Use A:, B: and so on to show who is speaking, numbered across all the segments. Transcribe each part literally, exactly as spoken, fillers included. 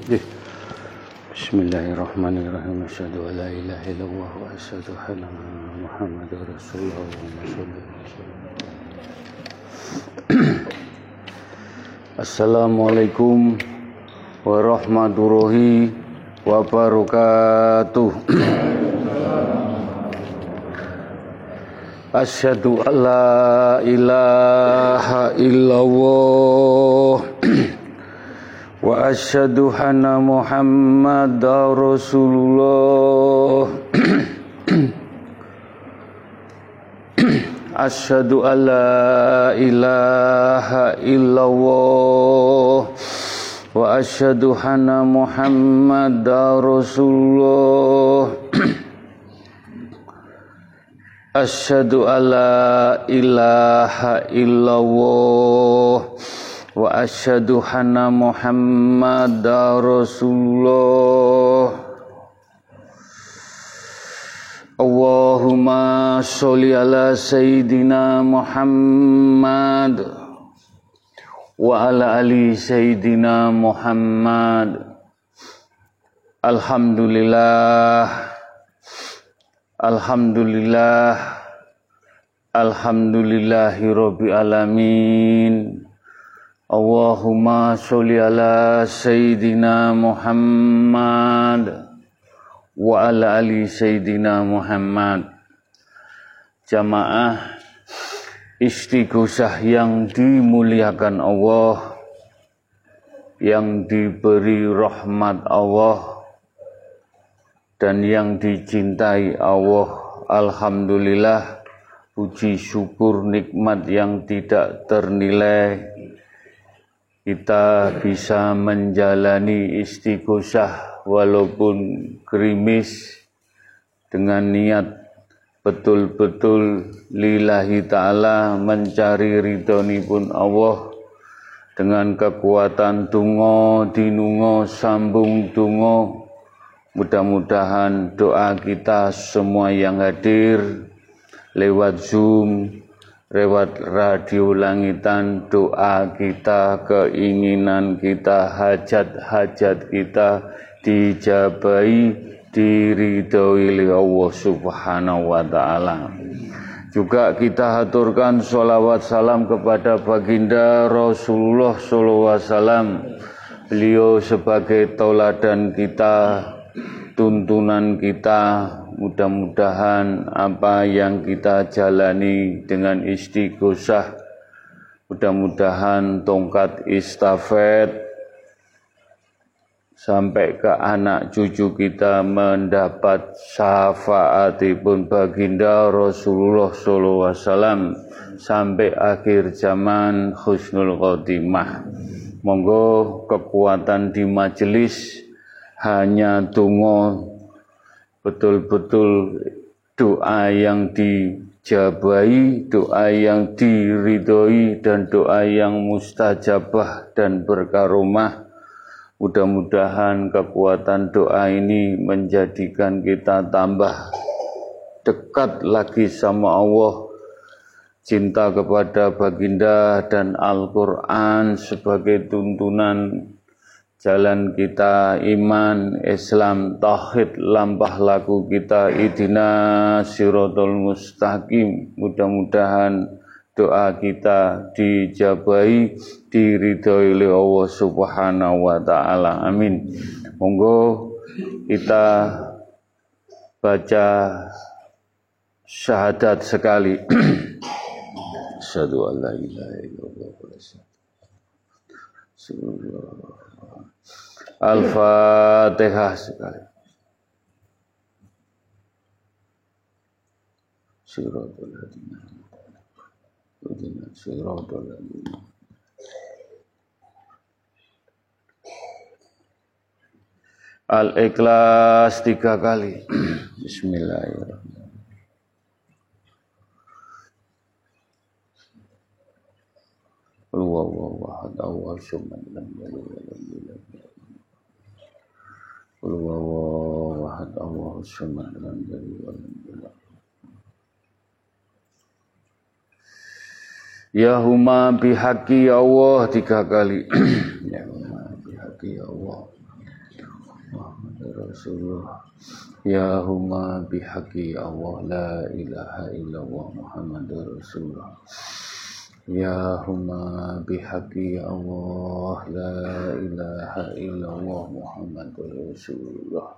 A: Bismillahirrahmanirrahim. Asyhadu an la ilaha illallah wa asyhadu anna Muhammadar Rasulullah. Assalamualaikum warahmatullahi wabarakatuh. Asyhadu an la ilaha illallah wa asyhadu anna Muhammadar Rasulullah. Asyhadu an la ilaha illallah wa asyhadu anna Muhammadar Rasulullah. Asyhadu an la ilaha illallah wa asyhadu anna Muhammadar Rasulullah. Allahumma sholli ala sayyidina Muhammad wa ala ali sayyidina Muhammad. Alhamdulillah, alhamdulillah, alhamdulillahi rabbil alamin. Allahumma sholli ala sayyidina Muhammad wa ala ali sayyidina Muhammad. Jamaah istighosah yang dimuliakan Allah, yang diberi rahmat Allah dan yang dicintai Allah. Alhamdulillah, puji syukur nikmat yang tidak ternilai, kita bisa menjalani istighosah walaupun gerimis dengan niat betul-betul lillahi ta'ala, mencari ridhonipun Allah dengan kekuatan tungo dinungo sambung tungo. Mudah-mudahan doa kita semua yang hadir lewat Zoom, lewat radio langitan, doa kita, keinginan kita, hajat-hajat kita dijabai, diridhoi oleh Allah Subhanahu wa taala. Juga kita haturkan sholawat salam kepada baginda Rasulullah sallallahu alaihi wasallam. Beliau sebagai tauladan kita, tuntunan kita. Mudah-mudahan apa yang kita jalani dengan istighosah, mudah-mudahan tongkat istafet sampai ke anak cucu kita mendapat syafaatipun baginda Rasulullah sallallahu alaihi wasallam sampai akhir zaman husnul khotimah. Monggo kekuatan di majelis hanya tungo betul-betul doa yang dijabai, doa yang diridhoi, dan doa yang mustajabah dan berkaromah. Mudah-mudahan kekuatan doa ini menjadikan kita tambah dekat lagi sama Allah, cinta kepada baginda dan Al-Quran sebagai tuntunan jalan kita, iman, Islam, tauhid, lampah laku kita, idina siratal mustaqim. Mudah-mudahan doa kita dijabai, diridhoi oleh Allah Subhanahu wa taala. Amin. Monggo kita baca syahadat sekali. Asyhadu an la ilaha illallah wa asyhadu Al-Fatihah sekali. Siratal ladzina Siratal ladzina Al-Ikhlas tiga kali. Bismillahirrahmanirrahim. Qul huwallahu ahad, Allahu samad, lam yalid wa lam yulad. Qul huwallahu ahad, Allahu samad, lam yalid wa lam yulad. Ya huma bihaqi ya Allah tiga kali. Ya huma bihaqi ya Allah. Muhammadur Rasulullah. Ya huma bihaqi Allah la ilaha illallah Muhammadur Rasulullah. Ya huma bihaqi Allah la ilaha illallah Muhammadur Rasulullah.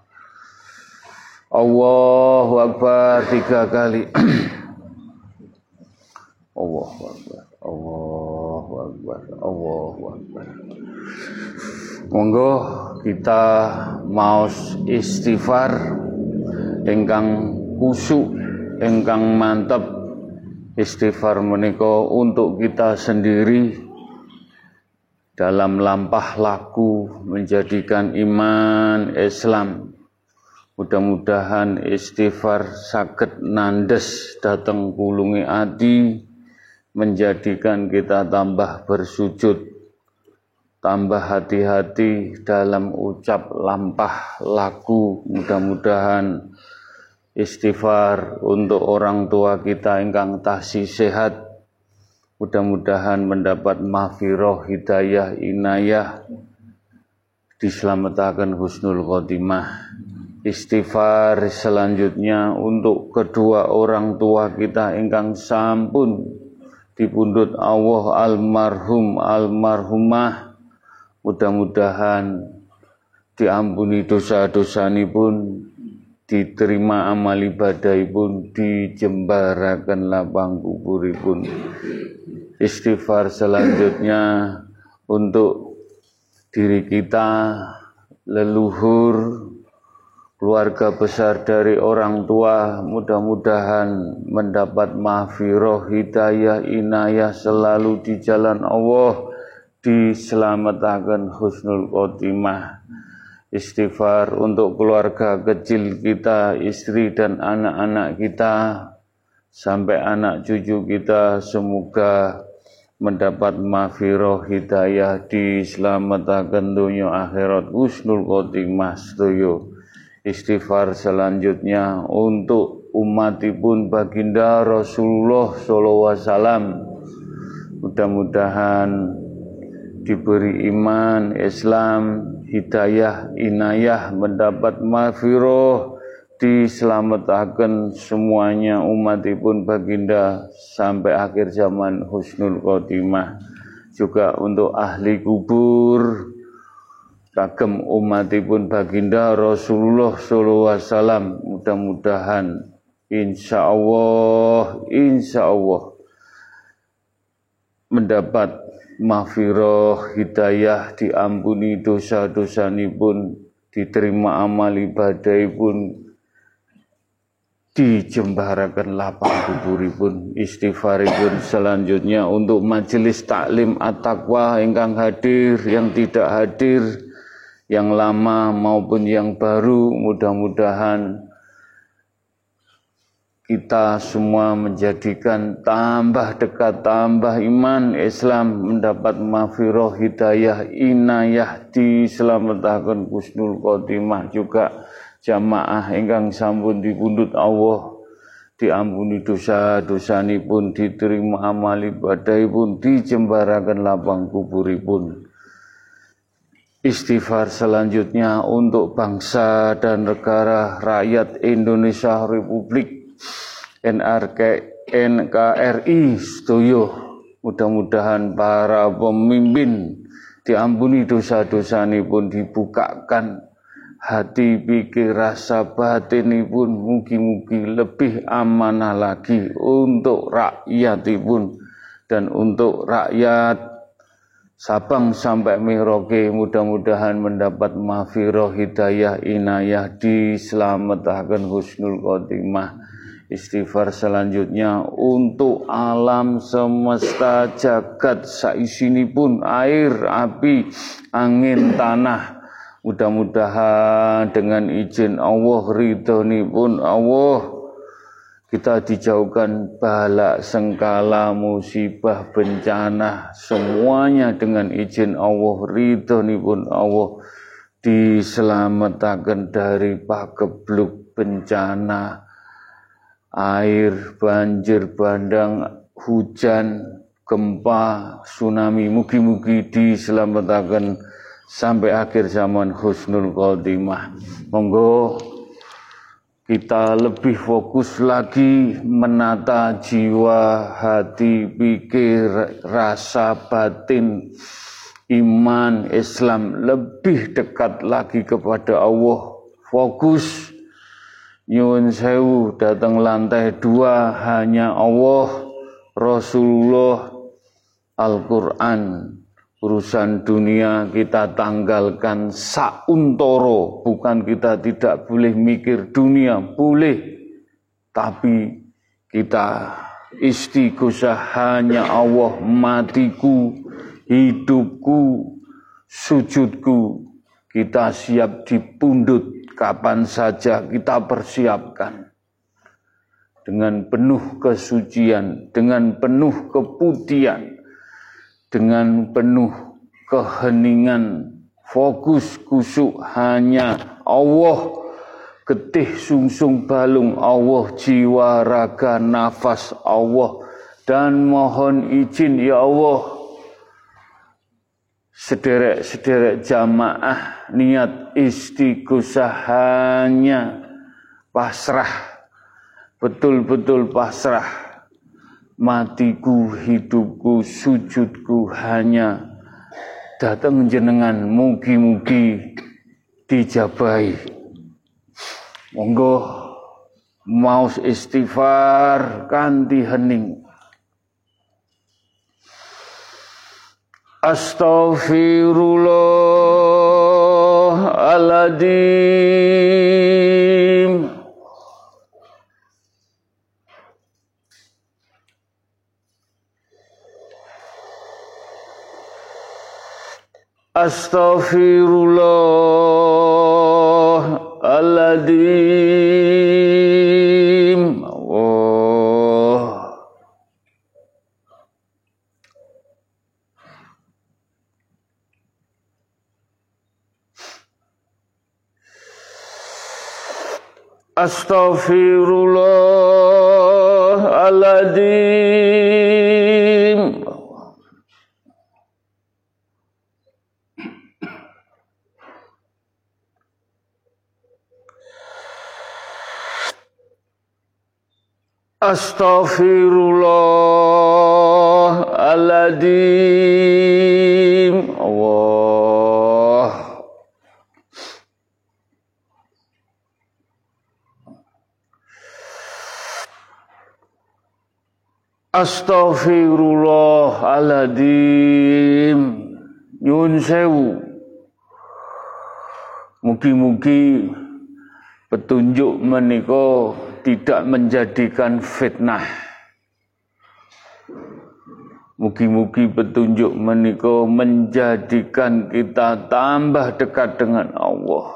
A: Allahu Akbar tiga kali. Allahu Akbar, Allahu Akbar, Allahu Akbar. Monggo kita maos istighfar ingkang khusyuk, ingkang mantep. Istighfar menika untuk kita sendiri dalam lampah laku menjadikan iman Islam. Mudah-mudahan istighfar saged nandes dateng kulungi ati, menjadikan kita tambah bersujud, tambah hati-hati dalam ucap lampah laku. Mudah-mudahan istighfar untuk orang tua kita ingkang tasih sehat, mudah-mudahan mendapat maghfirah, hidayah, inayah, diselamatkan husnul khotimah. Istighfar selanjutnya untuk kedua orang tua kita ingkang sampun dipundhut Allah, almarhum almarhumah, mudah-mudahan diampuni dosa-dosanipun, diterima amal ibadahipun, dijembaraken lapang kuburipun. Istighfar selanjutnya untuk diri kita, leluhur, keluarga besar dari orang tua, mudah-mudahan mendapat maghfirah, hidayah, inayah, selalu di jalan Allah, diselamatkan husnul khotimah. Istighfar untuk keluarga kecil kita, istri dan anak-anak kita, sampai anak cucu kita, semoga mendapat maghfirah, hidayah, diselamatkan dunia akhirat husnul khotimah sedoyo. Istighfar selanjutnya untuk umatipun baginda Rasulullah sallallahu alaihi wasallam, mudah-mudahan diberi iman, Islam, hidayah, inayah, mendapat maghfirah, diselamatkan semuanya umatipun baginda sampai akhir zaman husnul khotimah. Juga untuk ahli kubur, kagem umatipun baginda Rasulullah sallallahu alaihi wasallam, mudah-mudahan insyaallah insyaallah mendapat maghfirah, hidayah, diampuni dosa-dosanipun, diterima amal ibadahipun, dijembaraken lapang kuburipun. Istighfaripun selanjutnya untuk majelis taklim at-taqwa ingkang hadir, yang tidak hadir, yang lama maupun yang baru, mudah-mudahan kita semua menjadikan tambah dekat, tambah iman Islam, mendapat maghfirah, hidayah, inayah, diselamatkan husnul khotimah. Juga jamaah ingkang sampun dipundhut Allah, diampuni dosa-dosanipun, diterima amal ibadahipun, dijembaraken lapang kuburipun. Istighfar selanjutnya untuk bangsa dan negara, rakyat Indonesia Republik N R K N K R I sedoyo. Mudah-mudahan para pemimpin diampuni dosa-dosanipun, dibukakan hati, pikir, rasa batinipun, mugi-mugi lebih amanah lagi untuk rakyatipun dan untuk rakyat Sabang sampai Merauke, mudah-mudahan mendapat maghfirah, hidayah, inayah, diselamatkan husnul khotimah. Istighfar selanjutnya untuk alam semesta jagat saisinipun, air, api, angin, tanah, mudah-mudahan dengan izin Allah, ridhonipun Allah, kita dijauhkan bala, sengkala, musibah, bencana, semuanya dengan izin Allah, ridhonipun Allah, diselamatkan dari pagebluk bencana, air, banjir, bandang, hujan, gempa, tsunami, mugi-mugi diselamatkan sampai akhir zaman husnul khotimah. Monggo kita lebih fokus lagi menata jiwa, hati, pikir, rasa batin, iman, Islam lebih dekat lagi kepada Allah. Fokus nyuwun sewu datang lantai dua hanya Allah, Rasulullah, Al-Quran. Urusan dunia kita tanggalkan sauntoro. Bukan kita tidak boleh mikir dunia, boleh. Tapi kita istighosah hanya Allah, matiku, hidupku, sujudku. Kita siap dipundut kapan saja kita persiapkan. Dengan penuh kesucian, dengan penuh keputihan, dengan penuh keheningan, fokus kusuk hanya Allah, getih sungsung balung Allah, jiwa raga nafas Allah. Dan mohon izin ya Allah, sederek-sederek jamaah niat istighosah hanya pasrah, betul-betul pasrah. Matiku, hidupku, sujudku hanya datang jenengan, mugi-mugi dijabahi. Monggo maos istighfar kanthi hening. Astaghfirullahaladzim. Astaghfirullahaladzim. Allah. Astaghfirullahaladzim. Astaghfirullahaladzim. Allah. Astaghfirullahaladzim. Nyuwun sewu. Mugi-mugi petunjuk menika tidak menjadikan fitnah. Mugi-mugi petunjuk menika menjadikan kita tambah dekat dengan Allah.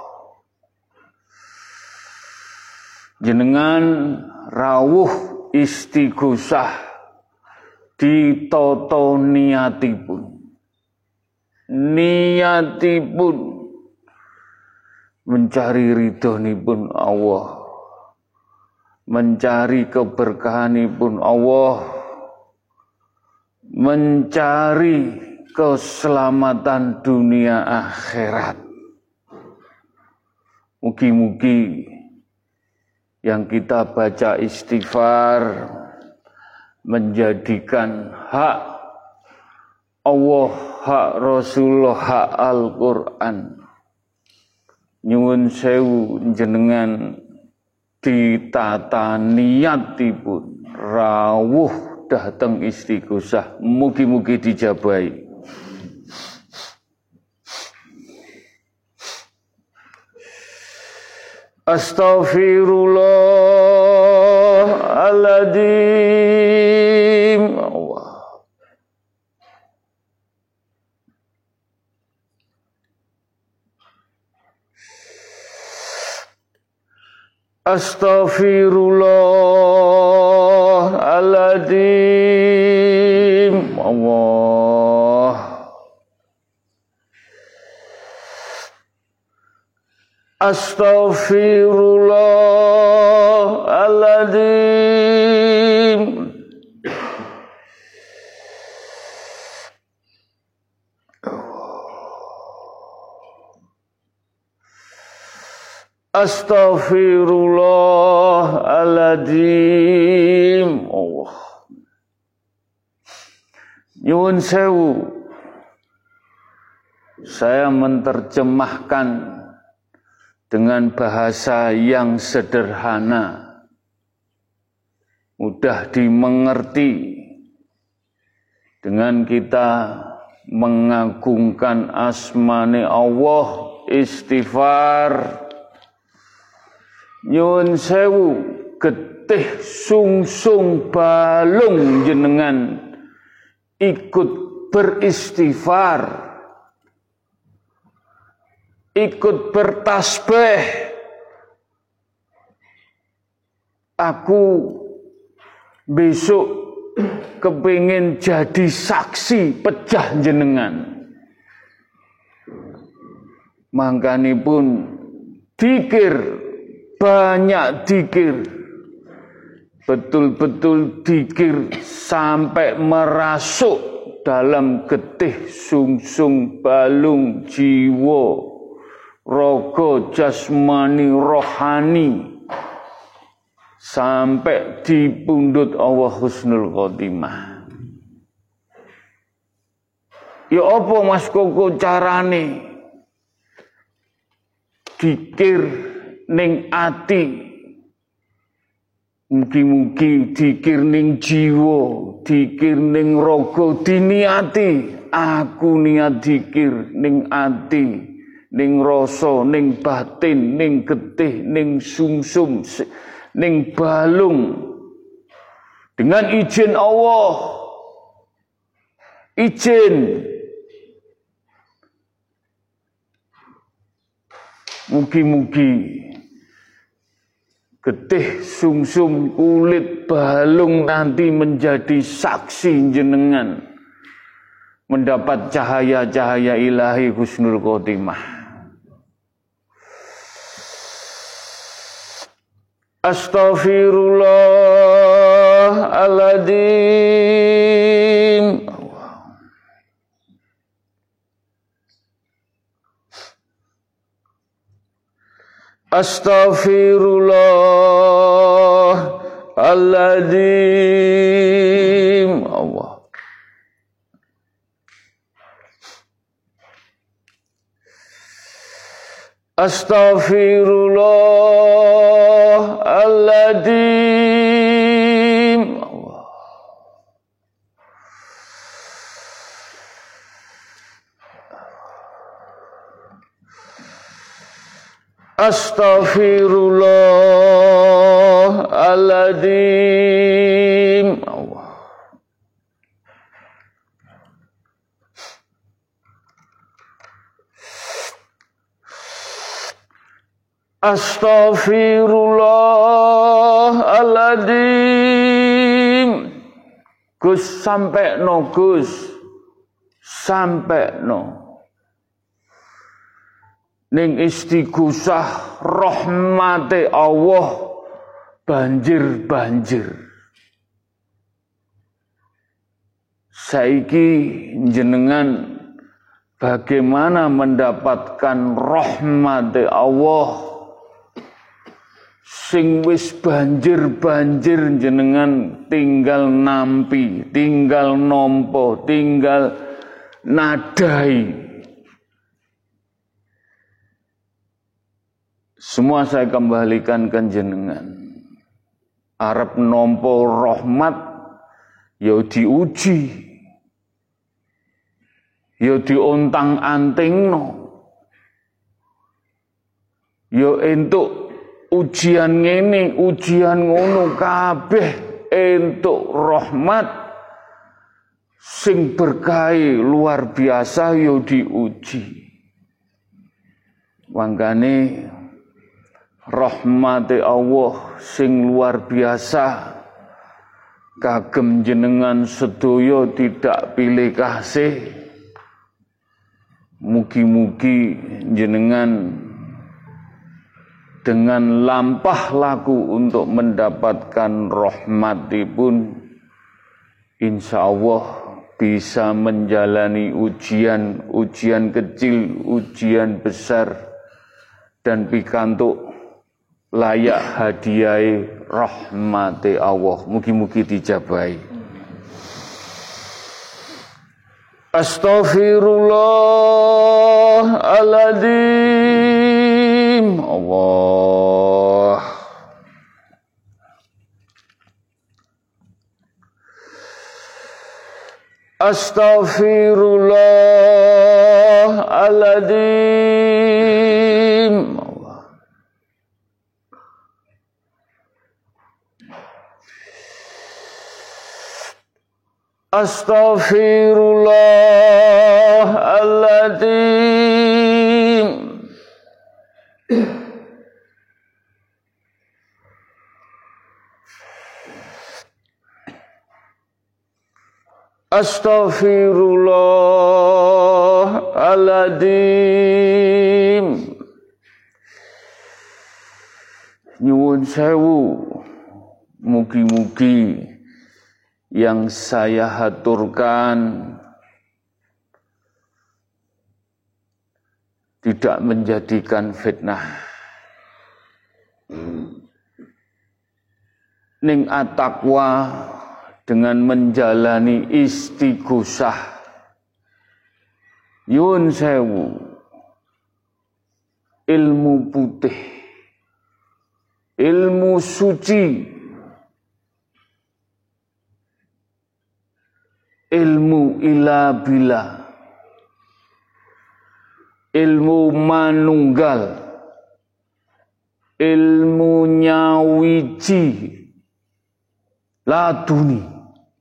A: Jenengan rawuh istighosah ditata niatipun. Niatipun mencari ridhonipun Allah, mencari keberkahanipun Allah, mencari keselamatan dunia akhirat. Mugi-mugi yang kita baca istighfar menjadikan hak Allah, hak Rasulullah, hak Al-Quran. Nyuwun sewu jenengan ditata niatipun rawuh dateng istighosah, mugi-mugi dijabahi. Astaghfirullahaladzim. Allah. Astaghfirullahaladzim. Allah. Astaghfirullahaladzim. Astaghfirullahaladzim. Allah. Nyuwun sewu. Saya menerjemahkan dengan bahasa yang sederhana, mudah dimengerti, dengan kita mengagungkan asmane Allah, istighfar. Nyuwun sewu, getih sungsung balung jenengan ikut beristighfar, ikut bertasbih. Aku besok kepingin jadi saksi pecah jenengan. Mangkanipun dikir, banyak dikir, betul-betul dikir sampai merasuk dalam getih sungsung balung jiwa, raga jasmani rohani, sampai dipundhut Allah husnul khotimah. Ya apa Mas Koko carane? Dikir ning ati, mugi-mugi dikir ning jiwa, dikir ning raga diniati. Aku niat dikir ning ati, ning rasa, ning batin, ning getih, ning sumsum, ning balung. Dengan izin Allah, izin. Mugi-mugi getih sumsum kulit balung nanti menjadi saksi jenengan mendapat cahaya-cahaya ilahi husnul khotimah. Astaghfirullahaladzim. Astaghfirullahaladzim. Allah. Astaghfirullahaladzim. Allah. Astaghfirullahaladzim. Allah. Astaghfirullahaladzim. Gus sampai no Gus, sampai no. Ning istighosah rahmate Allah banjir-banjir. Saiki jenengan bagaimana mendapatkan rahmate Allah sing wis banjir-banjir, jenengan tinggal nampi, tinggal nompo, tinggal nadai. Semua saya kembalikan ke jenengan. Arep nompo rahmat, ya diuji, ya diontang-antingno, ya entuk ujian ngene, ujian ngono, kabeh entuk rahmat sing berkahi luar biasa, ya diuji. Mangkane rahmate Allah sing luar biasa kagem jenengan sedaya tidak pilih kasih. Mugi-mugi jenengan dengan lampah laku untuk mendapatkan rahmatipun, insya Allah bisa menjalani ujian, ujian kecil, ujian besar, dan pikantuk layak hadiah rahmati Allah. Mugi-mugi dijabahi. Astaghfirullahaladzim. Allah. Astaghfirullahaladzim. Allah. Astaghfirullahaladzim. Astaghfirullahaladzim. Nyuwun sewu, mugi-mugi yang saya haturkan tidak menjadikan fitnah. Ning at-taqwa dengan menjalani istighosah. Yun sewu, ilmu putih, ilmu suci, ilmu ila bila, ilmu manunggal, ilmu nyawiji, laduni.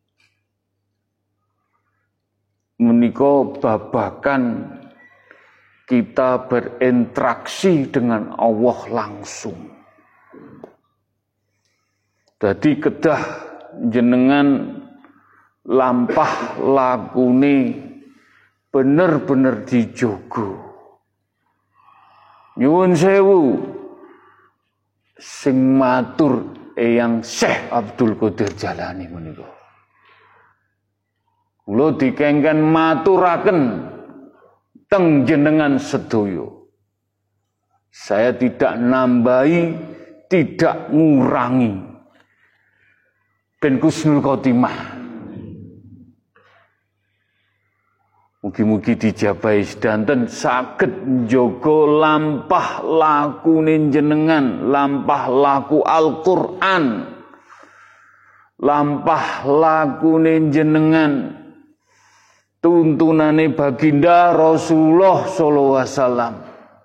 A: Menika babakan kita berinteraksi dengan Allah langsung. Jadi kedah jenengan lampah lakune bener-bener dijogo. Nyuwun sewu, sing matur Eyang Syekh Abdul Qadir Jalani menika. Kula dikengken maturaken teng jenengan sedoyo. Saya tidak nambahi, tidak ngurangi. Ben husnul khotimah. Mugi-mugi dijabahi sedanten saged njaga lampah lakune jenengan, lampah laku Al-Qur'an, lampah lakune jenengan, tuntunane baginda Rasulullah sallallahu alaihi wasallam.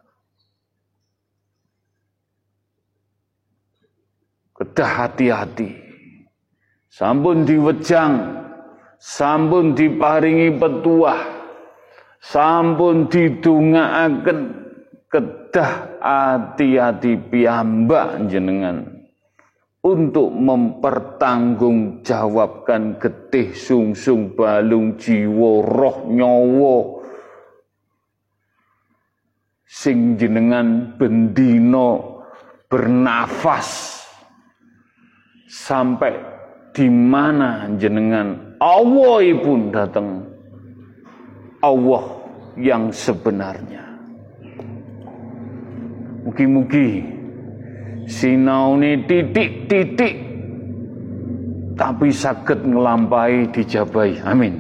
A: Kedah hati-hati. Sampun diwejang, sampun diparingi petuah, sampun didongaaken, kedah hati-hati piyambak jenengan untuk mempertanggungjawabkan getih sungsung balung jiwa roh nyawa sing jenengan bendino bernafas sampai di mana jenengan Allah pun datang, Allah yang sebenarnya. Mugi-mugi sinaune titik-titik tapi saged nglampahi dijabahi. Amin.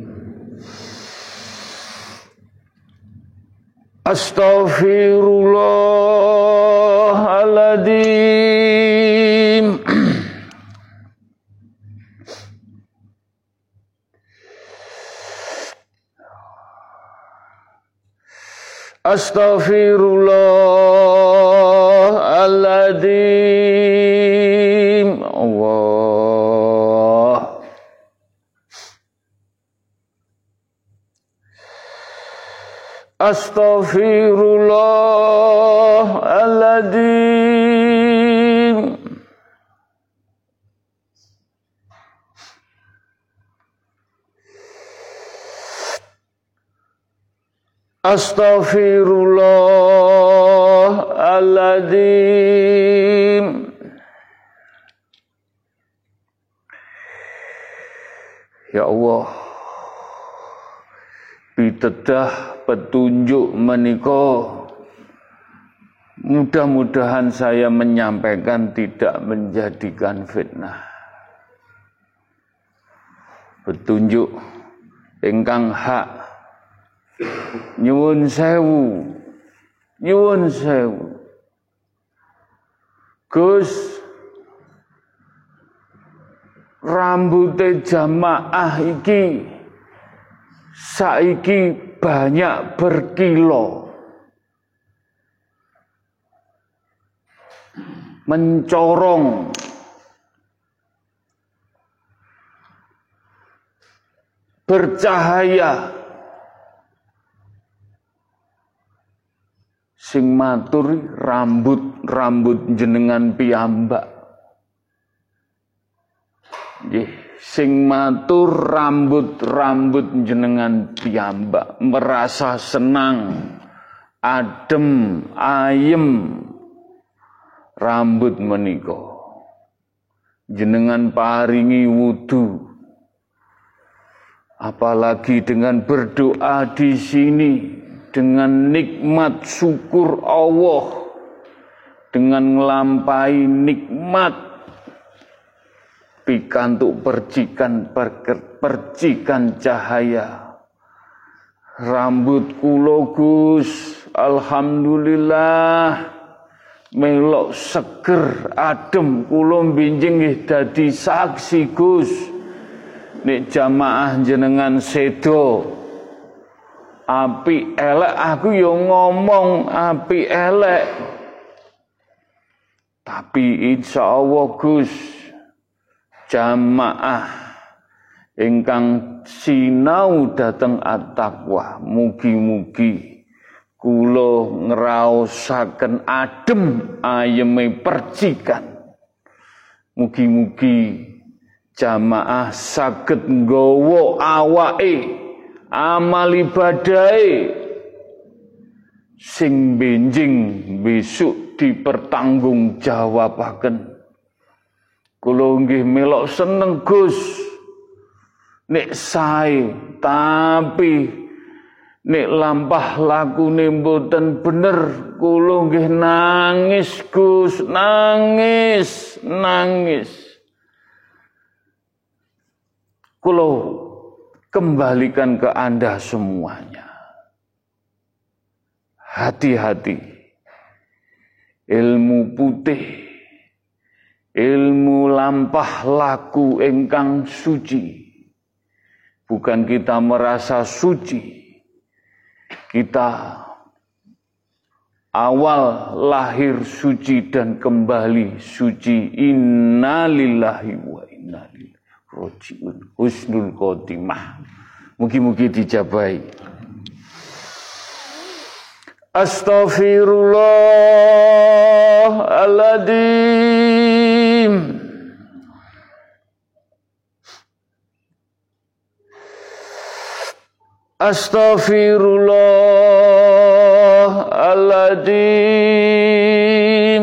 A: Astaghfirullahaladzim. Astaghfirullahaladzim. Allah. Astaghfirullahaladzim. Astaghfirullahaladzim. Ya Allah, pitedah petunjuk menika Mudah-mudahan saya menyampaikan tidak menjadikan fitnah. Petunjuk ingkang hak. Nyuwun sewu. Nyuwun sewu. Gus, rambute jamaah iki saiki banyak berkilo. Mencorong, bercahaya. Sing matur rambut-rambut jenengan piyambak. Nggih, sing matur rambut-rambut jenengan piyambak, merasa senang, adem, ayem. Rambut menika jenengan paringi wudu, apalagi dengan berdoa di sini, dengan nikmat syukur Allah, dengan nglampahi nikmat pikantuk percikan percikan cahaya. Rambut kula Gus, alhamdulillah melok seger adem, kula benjing nggih dadi saksi Gus. Nek jamaah jenengan sedo api elek, aku yo ngomong api elek. Tapi insya Allah Gus, jamaah ingkang sinau dateng at-taqwa, mugi-mugi kula ngraosaken adem ayeme percikan. Mugi-mugi jamaah saged nggawa awake amal ibadahe sing benjing besok dipertanggungjawabaken. Kula nggih melok seneng Gus nek sae, tapi nek lampah lakune mboten bener, kula nggih nangis Gus, nangis, nangis. Kula kembalikan ke Anda semuanya. Hati-hati. Ilmu putih, ilmu lampah laku ingkang suci. Bukan kita merasa suci. Kita awal lahir suci dan kembali suci. Innalillahi wa inna ilaihi raji'un. Husnul khotimah. Mugi-mugi dijabahi. Astaghfirullahaladzim. Astaghfirullahaladzim.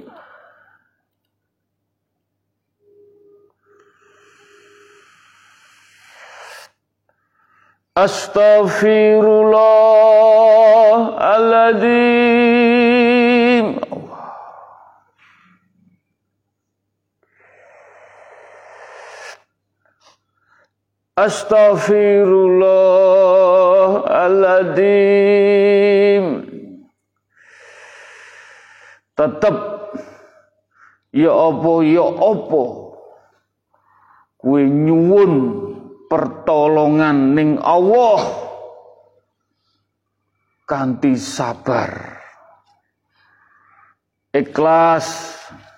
A: Astaghfirullahaladzim. Astaghfirullahaladzim. Tetap ya apa ya apa kuwi nyuwun pertolongan ning Allah kanthi sabar, ikhlas,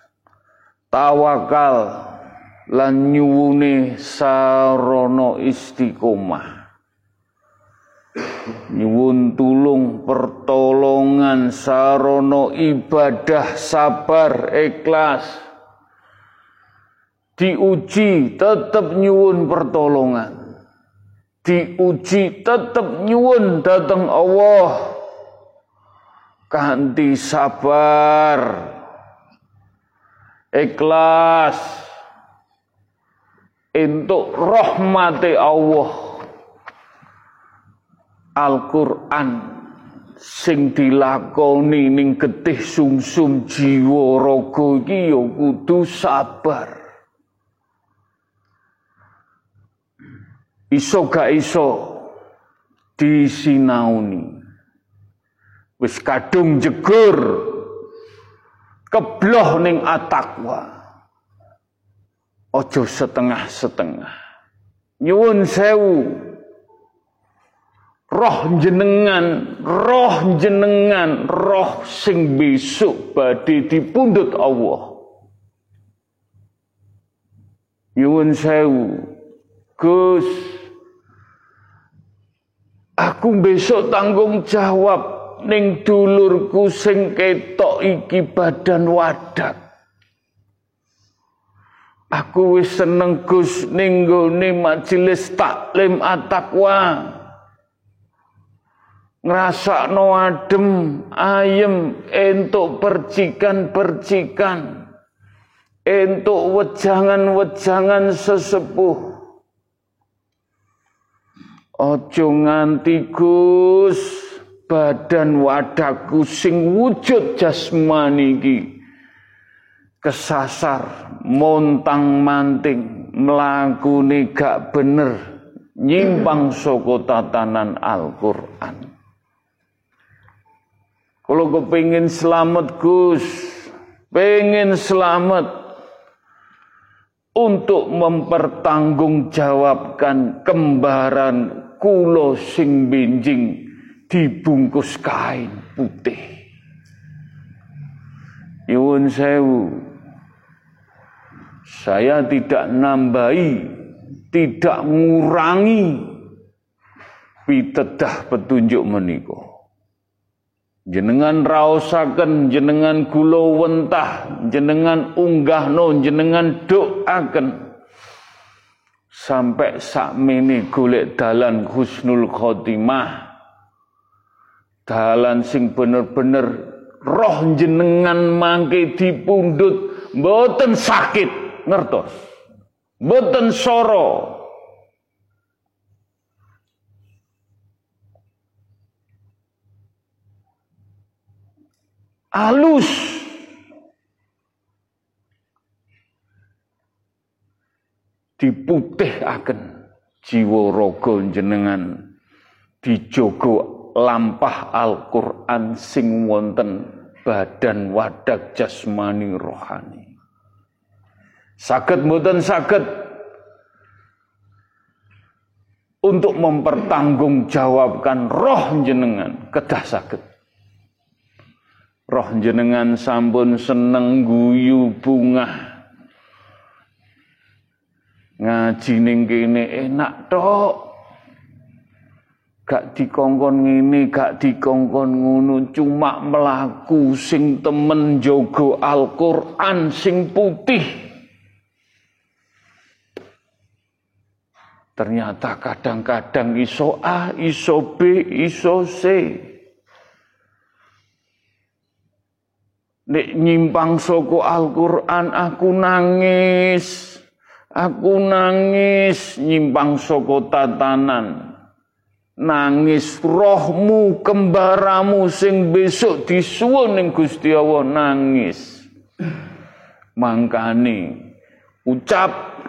A: tawakal lan nyuwune sarana istiqomah. Nyuwun tulung pertolongan sarana ibadah, sabar, ikhlas. Diuji tetap nyuwun pertolongan. Diuji tetap nyuwun dateng Allah kanthi sabar, ikhlas, entuk rahmati Allah. Al-Quran sing dilakoni ning getih sumsum jiwa raga iki ya kudu sabar. Iso gak iso disinauni. Wis kadung jegur kebloh ning at-taqwa. Ojo setengah-setengah. Nyuwun sewu. Roh jenengan, roh jenengan, roh sing besok badhe dipundhut Allah. Nyuwun sewu, Gus, aku besok tanggung jawab ning dulurku sing ketok iki badan wadak. Aku wis seneng Gus ning nggone majelis taklim at-taqwa. Ngrasakno adem, ayem, entuk percikan-percikan, entuk wejangan-wejangan sesepuh. Ojo nganti Gus, badan wadaku sing wujud jasmani iki kesasar, montang-manting, mlakune gak bener, nyimpang saka tatanan Al-Qur'an. Kalau kepingin selamat Gus, pengen selamat untuk mempertanggungjawabkan kembaran kulo sing benjing dibungkus kain putih. Nyuwun sewu, saya tidak nambahi, tidak ngurangi pitedah petunjuk menika. Jenengan raosaken, jenengan kula wentah, jenengan unggahno, jenengan doaken sampai sakmene golek dalan husnul khotimah, dalan sing bener-bener roh jenengan mangke dipundhut mboten sakit, ngertos, mboten soro. Alus diputihaken jiwa raga jenengan dijogo lampah Al-Qur'an sing wonten badan wadak jasmani rohani. Saged mboten saged untuk mempertanggungjawabkan roh jenengan, kedah saged. Roh jenengan sampun seneng guyu bungah, ngaji ning kene enak tok, gak dikongkon ngene, gak dikongkon ngono, cuma melaku sing temen jogo Al-Qur'an sing putih. Ternyata kadang-kadang iso A, iso B, iso C. Nek nyimpang saka Al-Qur'an aku nangis, aku nangis nyimpang saka tatanan, nangis rohmu kembaramu sing besok disuwun ning Gusti Allah nangis. Mangkane ucap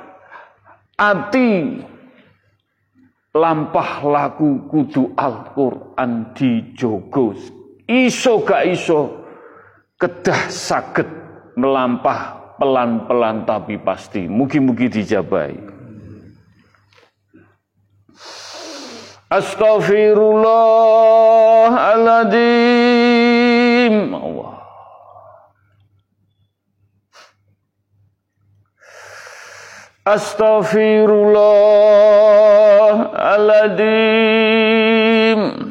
A: ati lampah laku kudu Al-Qur'an dijogo. Iso gak iso kedah saged melampah pelan-pelan tapi pasti. Mugi-mugi dijabahi. Astaghfirullahaladzim. Allah. Astaghfirullahaladzim.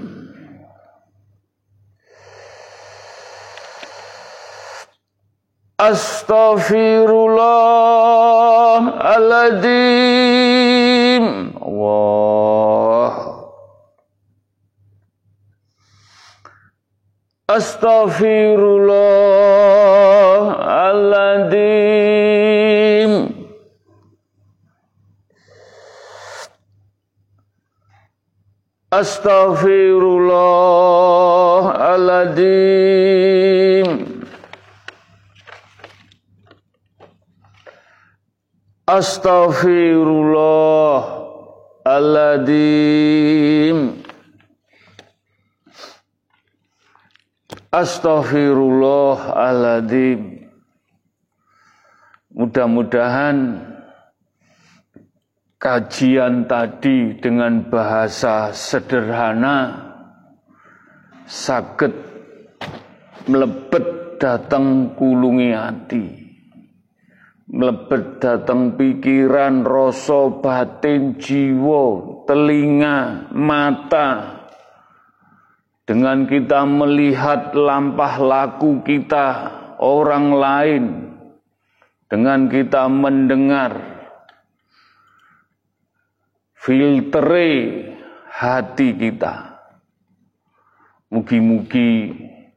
A: Astaghfirullahaladzim. Allah. Astaghfirullahaladzim. Astaghfirullahaladzim. Astaghfirullahaladzim. Astaghfirullahaladzim. Mudah-mudahan kajian tadi dengan bahasa sederhana saged mlebet dateng kulungi hati, mlebet dateng pikiran, rasa batin, jiwa, telinga, mata. Dengan kita melihat lampah laku kita orang lain, dengan kita mendengar, filtere hati kita. Mugi-mugi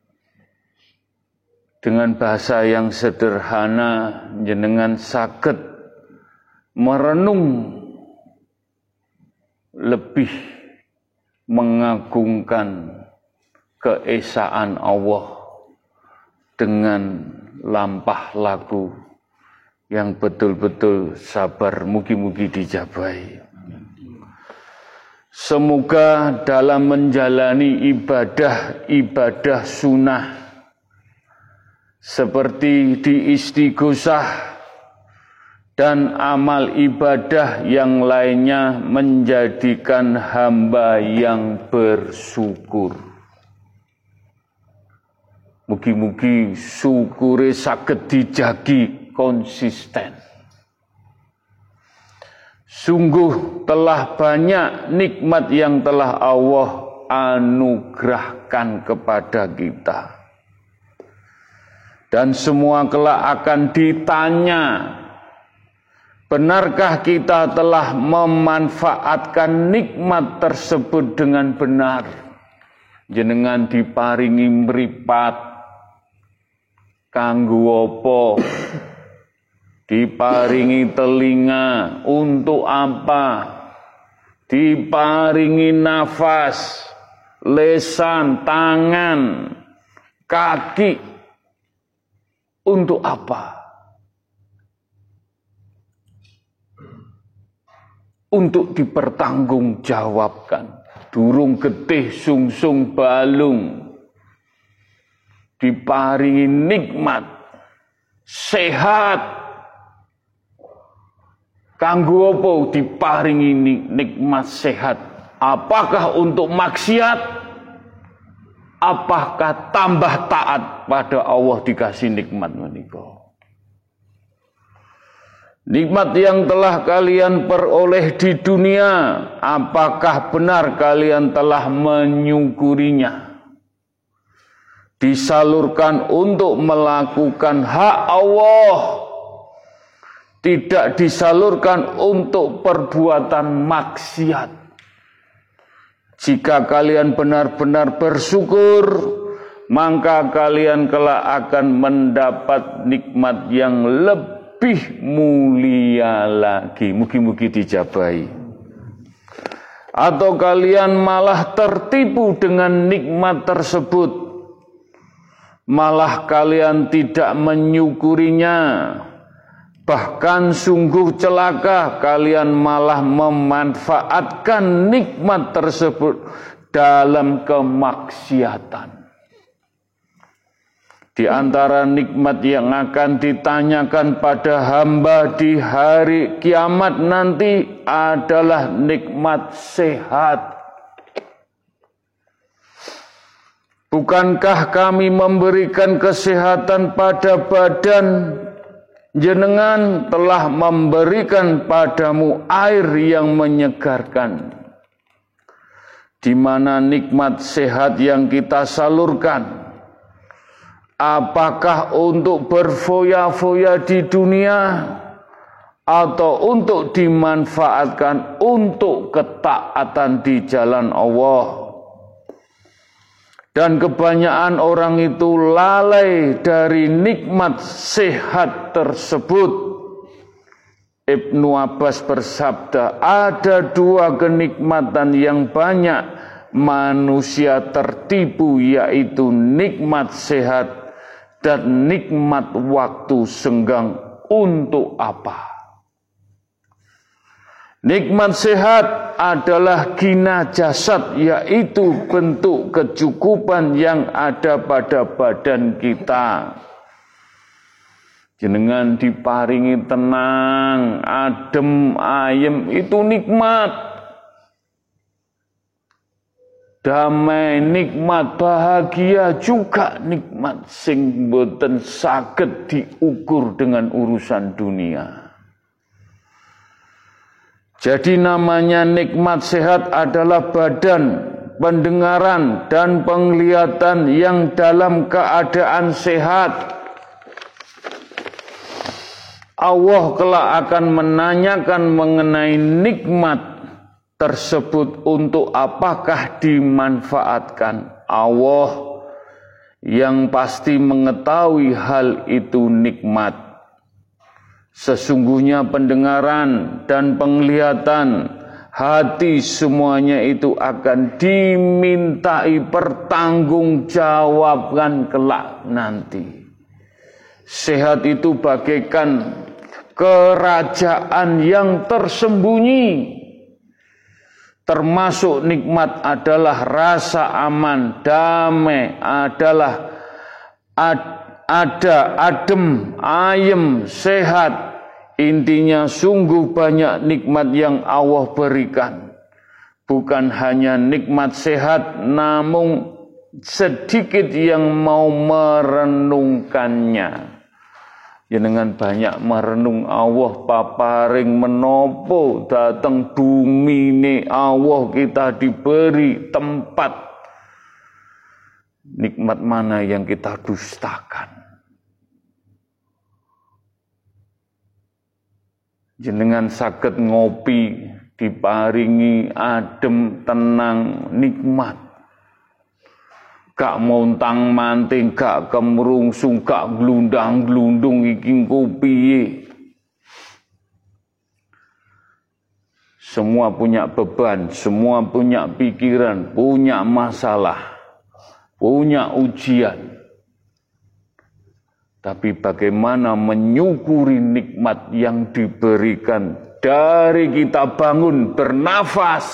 A: dengan bahasa yang sederhana jenengan saged merenung lebih mengagungkan keesaan Allah dengan lampah laku yang betul-betul sabar, mugi-mugi dijabahi. Semoga dalam menjalani ibadah-ibadah sunnah seperti di istighosah dan amal ibadah yang lainnya menjadikan hamba yang bersyukur. Mugi-mugi syukure saged dijagi konsisten. Sungguh telah banyak nikmat yang telah Allah anugerahkan kepada kita. Dan semua kelak akan ditanya, benarkah kita telah memanfaatkan nikmat tersebut dengan benar? Jenengan diparingi mripat kanggo apa? Diparingi telinga untuk apa? Diparingi nafas, lesan, tangan, kaki untuk apa? Untuk dipertanggungjawabkan. Durung getih sungsung balung, diparingi nikmat, sehat. Kanggo apa diparingi nikmat sehat? Apakah untuk maksiat? Apakah tambah taat pada Allah dikasih nikmat menika? Nikmat yang telah kalian peroleh di dunia, apakah benar kalian telah menyukurinya? Disalurkan untuk melakukan hak Allah, tidak disalurkan untuk perbuatan maksiat. Jika kalian benar-benar bersyukur, maka kalian kelak akan mendapat nikmat yang lebih mulia lagi. Mugi-mugi dijabahi. Atau kalian malah tertipu dengan nikmat tersebut, malah kalian tidak menyukurinya. Bahkan sungguh celaka kalian malah memanfaatkan nikmat tersebut dalam kemaksiatan. Di antara nikmat yang akan ditanyakan pada hamba di hari kiamat nanti adalah nikmat sehat. Bukankah kami memberikan kesehatan pada badan? Jenengan telah memberikan padamu air yang menyegarkan. Di mana nikmat sehat yang kita salurkan? Apakah untuk berfoya-foya di dunia atau untuk dimanfaatkan untuk ketaatan di jalan Allah? Dan kebanyakan orang itu lalai dari nikmat sehat tersebut. Ibnu Abbas bersabda, ada dua kenikmatan yang banyak manusia tertipu, yaitu nikmat sehat dan nikmat waktu senggang. Untuk apa? Nikmat sehat adalah gina jasad, yaitu bentuk kecukupan yang ada pada badan kita. Jenengan diparingi tenang, adem, ayem, itu nikmat. Damai, nikmat, bahagia juga nikmat sing boten saged diukur dengan urusan dunia. Jadi namanya nikmat sehat adalah badan, pendengaran, dan penglihatan yang dalam keadaan sehat. Allah kelak akan menanyakan mengenai nikmat tersebut untuk apakah dimanfaatkan. Allah yang pasti mengetahui hal itu nikmat. Sesungguhnya pendengaran dan penglihatan, hati, semuanya itu akan dimintai pertanggungjawabkan kelak nanti. Sehat itu bagaikan kerajaan yang tersembunyi. Termasuk nikmat adalah rasa aman, damai, adalah ad, ada, adem, ayem, sehat. Intinya sungguh banyak nikmat yang Allah berikan. Bukan hanya nikmat sehat, namun sedikit yang mau merenungkannya. Jenengan banyak merenung Allah paparing menopo datang bumi ini Allah kita diberi tempat. Nikmat mana yang kita dustakan? Jenengan saged ngopi diparingi adem, tenang, nikmat. Gak montang manting, gak kemrungsung, gak glundang-glundung iki kopi. Semua punya beban, semua punya pikiran, punya masalah, punya ujian. Tapi bagaimana menyukuri nikmat yang diberikan dari kita bangun bernafas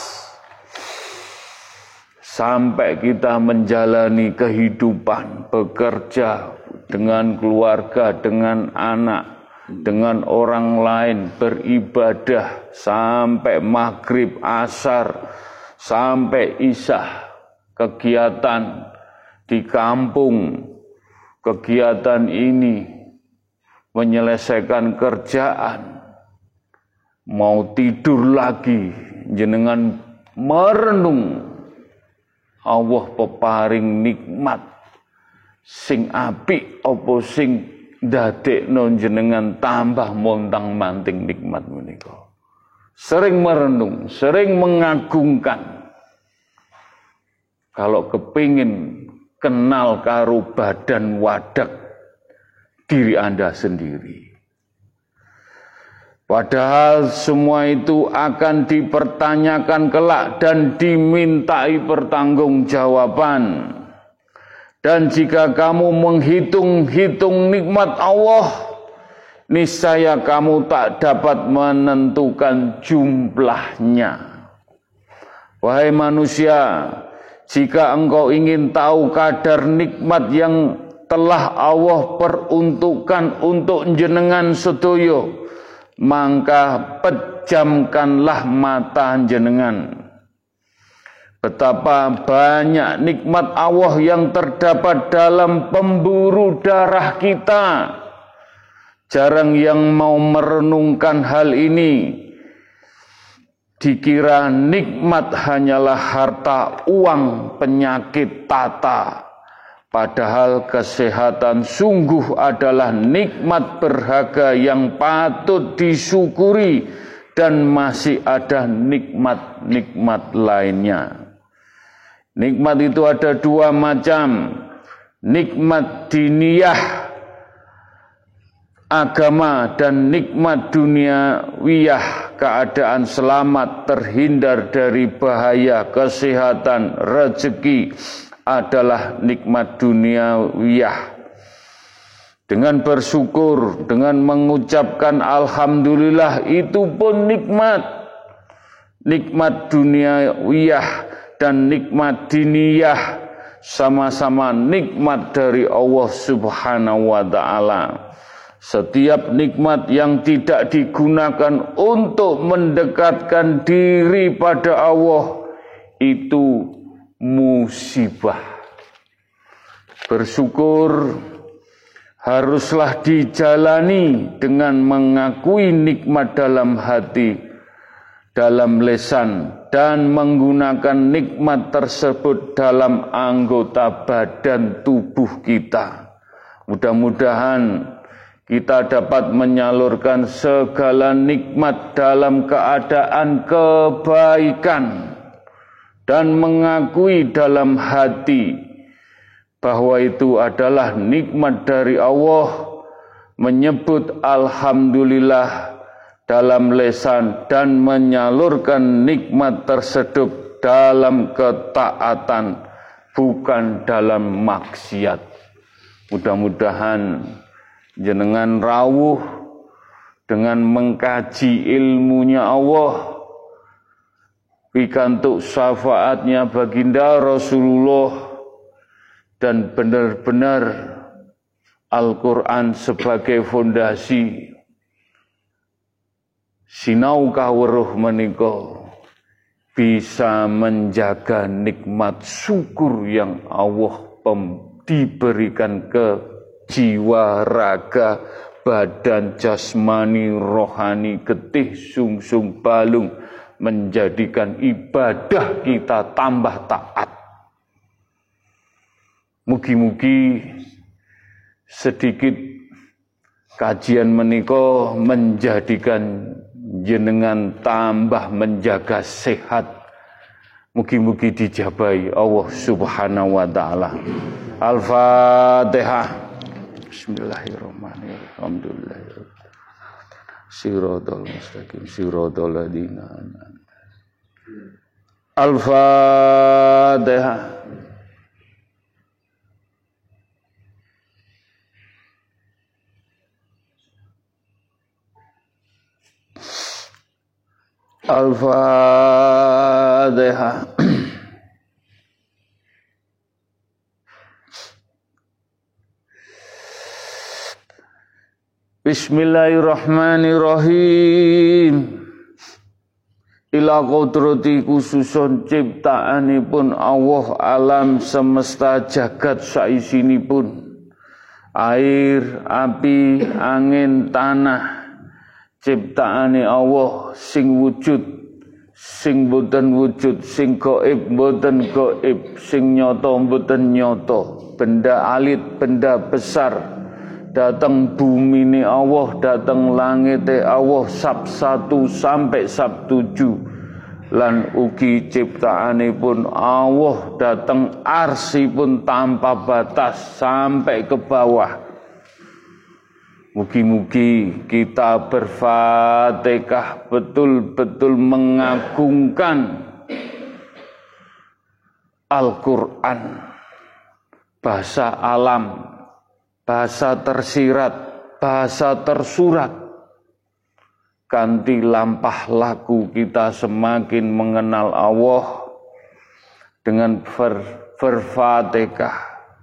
A: sampai kita menjalani kehidupan, bekerja dengan keluarga, dengan anak, dengan orang lain, beribadah sampai maghrib, asar, sampai isya, kegiatan di kampung, kegiatan ini, menyelesaikan kerjaan, mau tidur lagi, jenengan merenung Allah peparing nikmat sing apik apa sing ndadekno jenengan tambah montang-manting nikmat menika. Sering merenung, sering mengagungkan. Kalau kepingin kenal karo badan wadak diri Anda sendiri. Padahal semua itu akan dipertanyakan kelak dan dimintai pertanggungjawaban. Dan jika kamu menghitung-hitung nikmat Allah, niscaya kamu tak dapat menentukan jumlahnya. Wahai manusia, jika engkau ingin tahu kadar nikmat yang telah Allah peruntukkan untuk jenengan sedoyo, maka pejamkanlah mata jenengan. Betapa banyak nikmat Allah yang terdapat dalam pemburu darah kita. Jarang yang mau merenungkan hal ini. Dikira nikmat hanyalah harta, uang, penyakit, tata. Padahal kesehatan sungguh adalah nikmat berharga yang patut disyukuri dan masih ada nikmat-nikmat lainnya. Nikmat itu ada dua macam. Nikmat diniyah agama dan nikmat duniawiyah, keadaan selamat, terhindar dari bahaya, kesehatan, rezeki adalah nikmat duniawiyah. Dengan bersyukur, dengan mengucapkan alhamdulillah, itu pun nikmat. Nikmat duniawiyah dan nikmat diniyah sama-sama nikmat dari Allah Subhanahu wa ta'ala. Setiap nikmat yang tidak digunakan untuk mendekatkan diri pada Allah itu musibah. Bersyukur haruslah dijalani dengan mengakui nikmat dalam hati, dalam lisan, dan menggunakan nikmat tersebut dalam anggota badan tubuh kita. Mudah-mudahan kita dapat menyalurkan segala nikmat dalam keadaan kebaikan dan mengakui dalam hati bahwa itu adalah nikmat dari Allah, menyebut alhamdulillah dalam lisan dan menyalurkan nikmat tersebut dalam ketaatan, bukan dalam maksiat. Mudah-mudahan jenengan rawuh dengan mengkaji ilmunya Allah, pikantuk syafaatnya baginda Rasulullah, dan benar-benar Al-Quran sebagai fondasi. Sinau kawruh menika bisa menjaga nikmat syukur yang Allah diberikan ke jiwa, raga, badan, jasmani, rohani, getih, sungsung, balung, menjadikan ibadah kita tambah taat. Mugi-mugi sedikit kajian menika menjadikan jenengan tambah menjaga sehat. Mugi-mugi dijabahi Allah Subhanahu wa ta'ala. Al-Fatihah. Bismillahirrahmanirrahim. Alhamdulillah. Siratal mustaqim, siratal ladzina an'amta. Al-Fatihah. Al-Fatihah. Bismillahirrahmanirrahim. Ila qudrati khususun ciptaanipun Allah alam semesta jagat saisinipun. Air, api, angin, tanah, ciptaane Allah sing wujud, sing boten wujud, sing gaib boten gaib, sing nyata boten nyata, benda alit, benda besar, datang bumi ni Allah, datang langit Allah, sab satu sampai sab tujuh, lan ugi ciptaane pun Allah, datang arsi pun tanpa batas sampai ke bawah. Mugi-mugi kita berfatihah betul-betul mengagungkan Al-Quran, bahasa alam, bahasa tersirat, bahasa tersurat. Kanthi lampah laku kita semakin mengenal Allah dengan ber, berfatihah,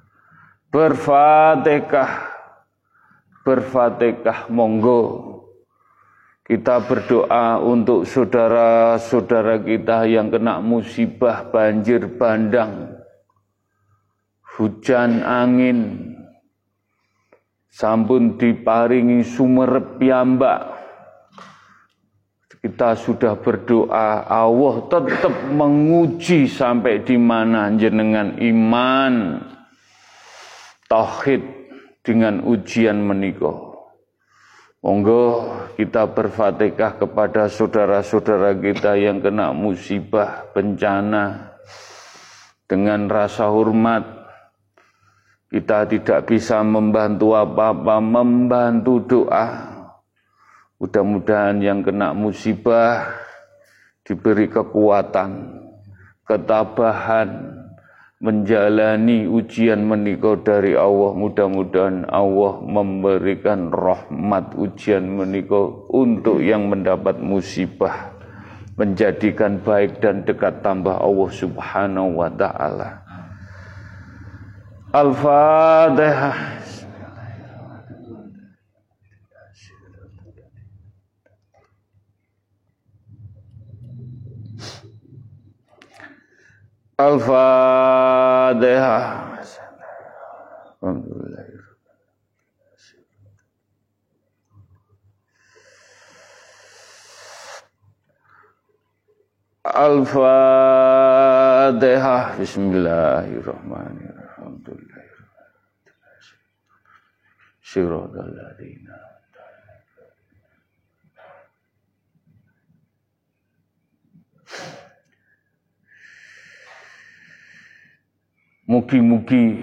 A: berfatihah. Berfatihah, monggo kita berdoa untuk saudara-saudara kita yang kena musibah banjir bandang, hujan angin, sampun diparingi sumerep piyambak. Kita sudah berdoa, Allah tetap menguji sampai di mana jenengan iman, tauhid dengan ujian menika. Monggo kita berfatihah kepada saudara-saudara kita yang kena musibah, bencana, dengan rasa hormat, Kita tidak bisa membantu apa-apa, membantu doa. Mudah-mudahan yang kena musibah diberi kekuatan, ketabahan, menjalani ujian menika dari Allah. Mudah-mudahan Allah memberikan rahmat ujian menika untuk yang mendapat musibah, menjadikan baik dan dekat tambah Allah Subhanahu wa ta'ala. Al-Fatihah. Al-Fatihah. Al-Fatihah. Bismillahirrahmanirrahim. Siratal ladzina. Mugi-mugi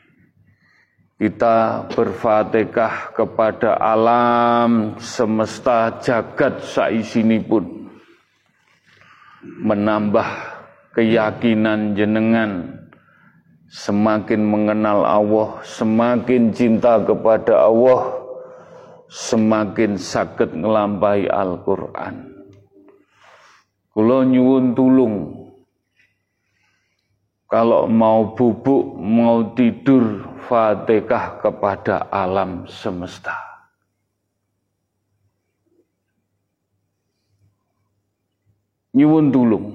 A: kita berfatihah kepada alam semesta jagat saisinipun, menambah keyakinan jenengan semakin mengenal Allah, semakin cinta kepada Allah, semakin saged nglampahi Al-Qur'an. Kula nyuwun tulung, kalau mau bubuk, mau tidur, fatihah kepada alam semesta. Nyuwun tulung,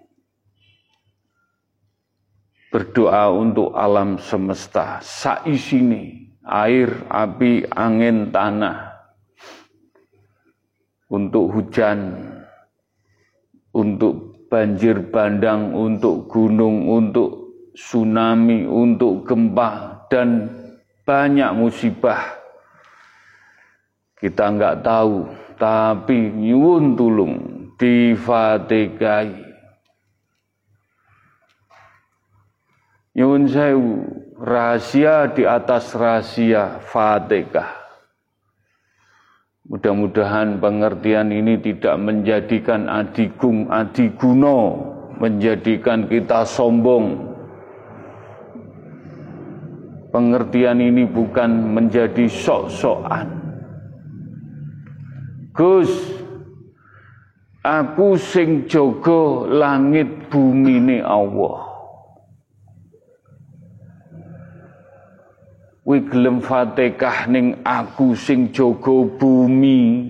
A: berdoa untuk alam semesta, saisine, air, api, angin, tanah, untuk hujan, untuk banjir bandang, untuk gunung, untuk tsunami, untuk gempa, dan banyak musibah. Kita enggak tahu, tapi nyuwun tulung difatihahi. Nyuwun sewu, rahasia di atas rahasia Fatihah. Mudah-mudahan pengertian ini tidak menjadikan adigung adiguno, menjadikan kita sombong. Pengertian ini bukan menjadi sok-sokan. Gus, aku sing jaga langit bumine Allah. Kowe gelem fatihah ning aku sing jaga bumi,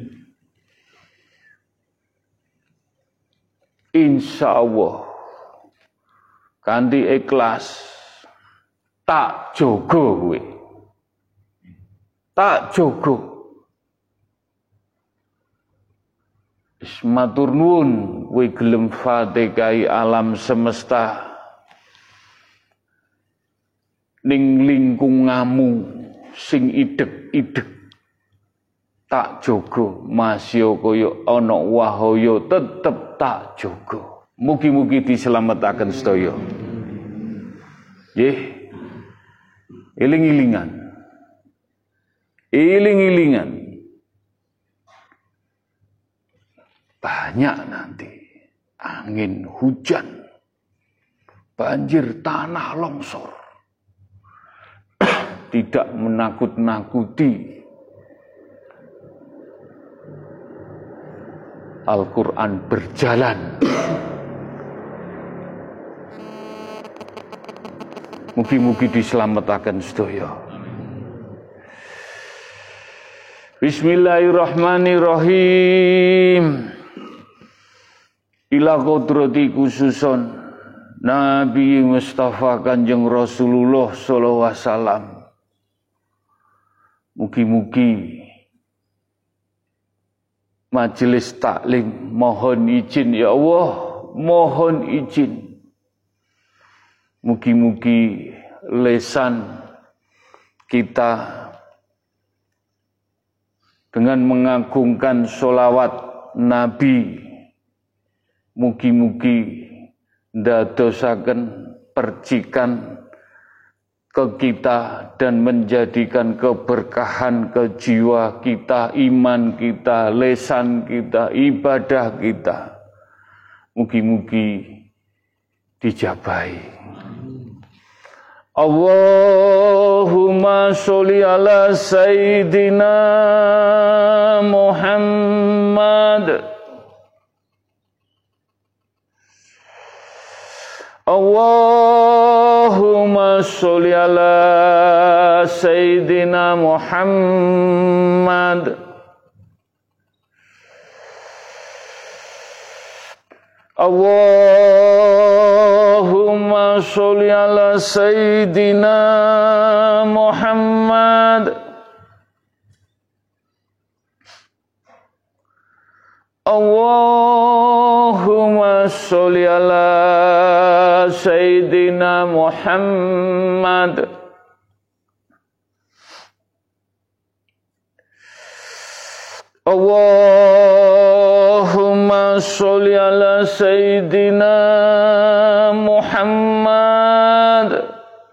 A: insyaallah kanthi ikhlas tak jaga kowe, tak jaga. Wis matur nuwun kowe gelem fatihahi alam semesta ning lingkungamu sing idek-idek, tak jaga, masya kaya ana wahaya tetep tak jaga. Mugi-mugi diselametake sedaya. Nggih. Iling-ilingan. Iling-ilingan. Banyak nanti angin, hujan, banjir, tanah longsor. Tidak menakut-nakuti. Al-Quran berjalan. Mugi-mugi diselamatkan sedaya. Bismillahirrahmanirrahim. Ila qudrati khususon Nabi Mustafa Kanjeng Rasulullah sallallahu alaihi wasallam. Mugi-mugi majelis taklim mohon izin ya Allah, mohon izin. Mugi-mugi lesan kita dengan mengagungkan sholawat Nabi, mugi-mugi ndadosaken percikan ke kita dan menjadikan keberkahan ke jiwa kita, iman kita, lesan kita, ibadah kita. Mugi-mugi dijabahi. Allahumma sholli ala Sayyidina Muhammad. Allahumma sholli ala Sayyidina Muhammad. Allahumma sholli ala Sayyidina Muhammad. Allahumma sholli ala Sayyidina Muhammad. Allahumma sholli ala Sayyidina Muhammad.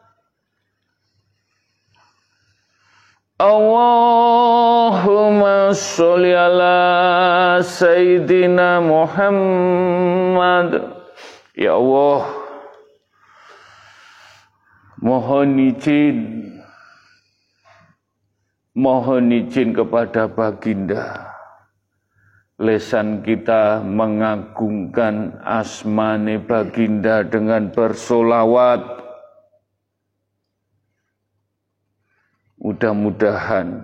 A: Allahumma sholli ala Sayyidina Muhammad. Ya Allah, mohon izin, mohon izin kepada Baginda, lesan kita mengagungkan asmane Baginda dengan bersolawat. Mudah-mudahan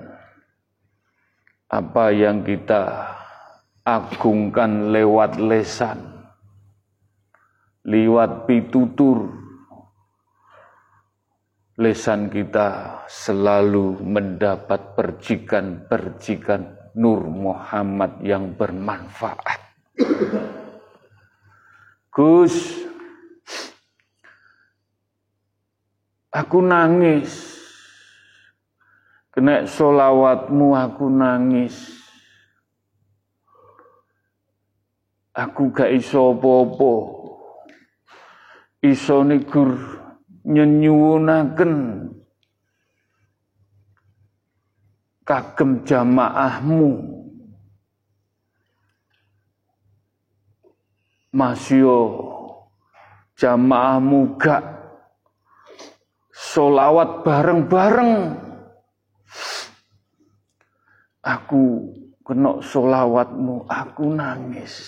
A: apa yang kita agungkan lewat lesan, lewat pitutur, lesan kita selalu mendapat percikan-percikan Nur Muhammad yang bermanfaat. Gus, aku nangis. Kena solawatmu aku nangis. Aku gak iso apa-apa. Iso nigur nyenyuwunaken kagem jamaahmu. Masyo jamaahmu gak solawat bareng-bareng. Aku kena solawatmu, aku nangis.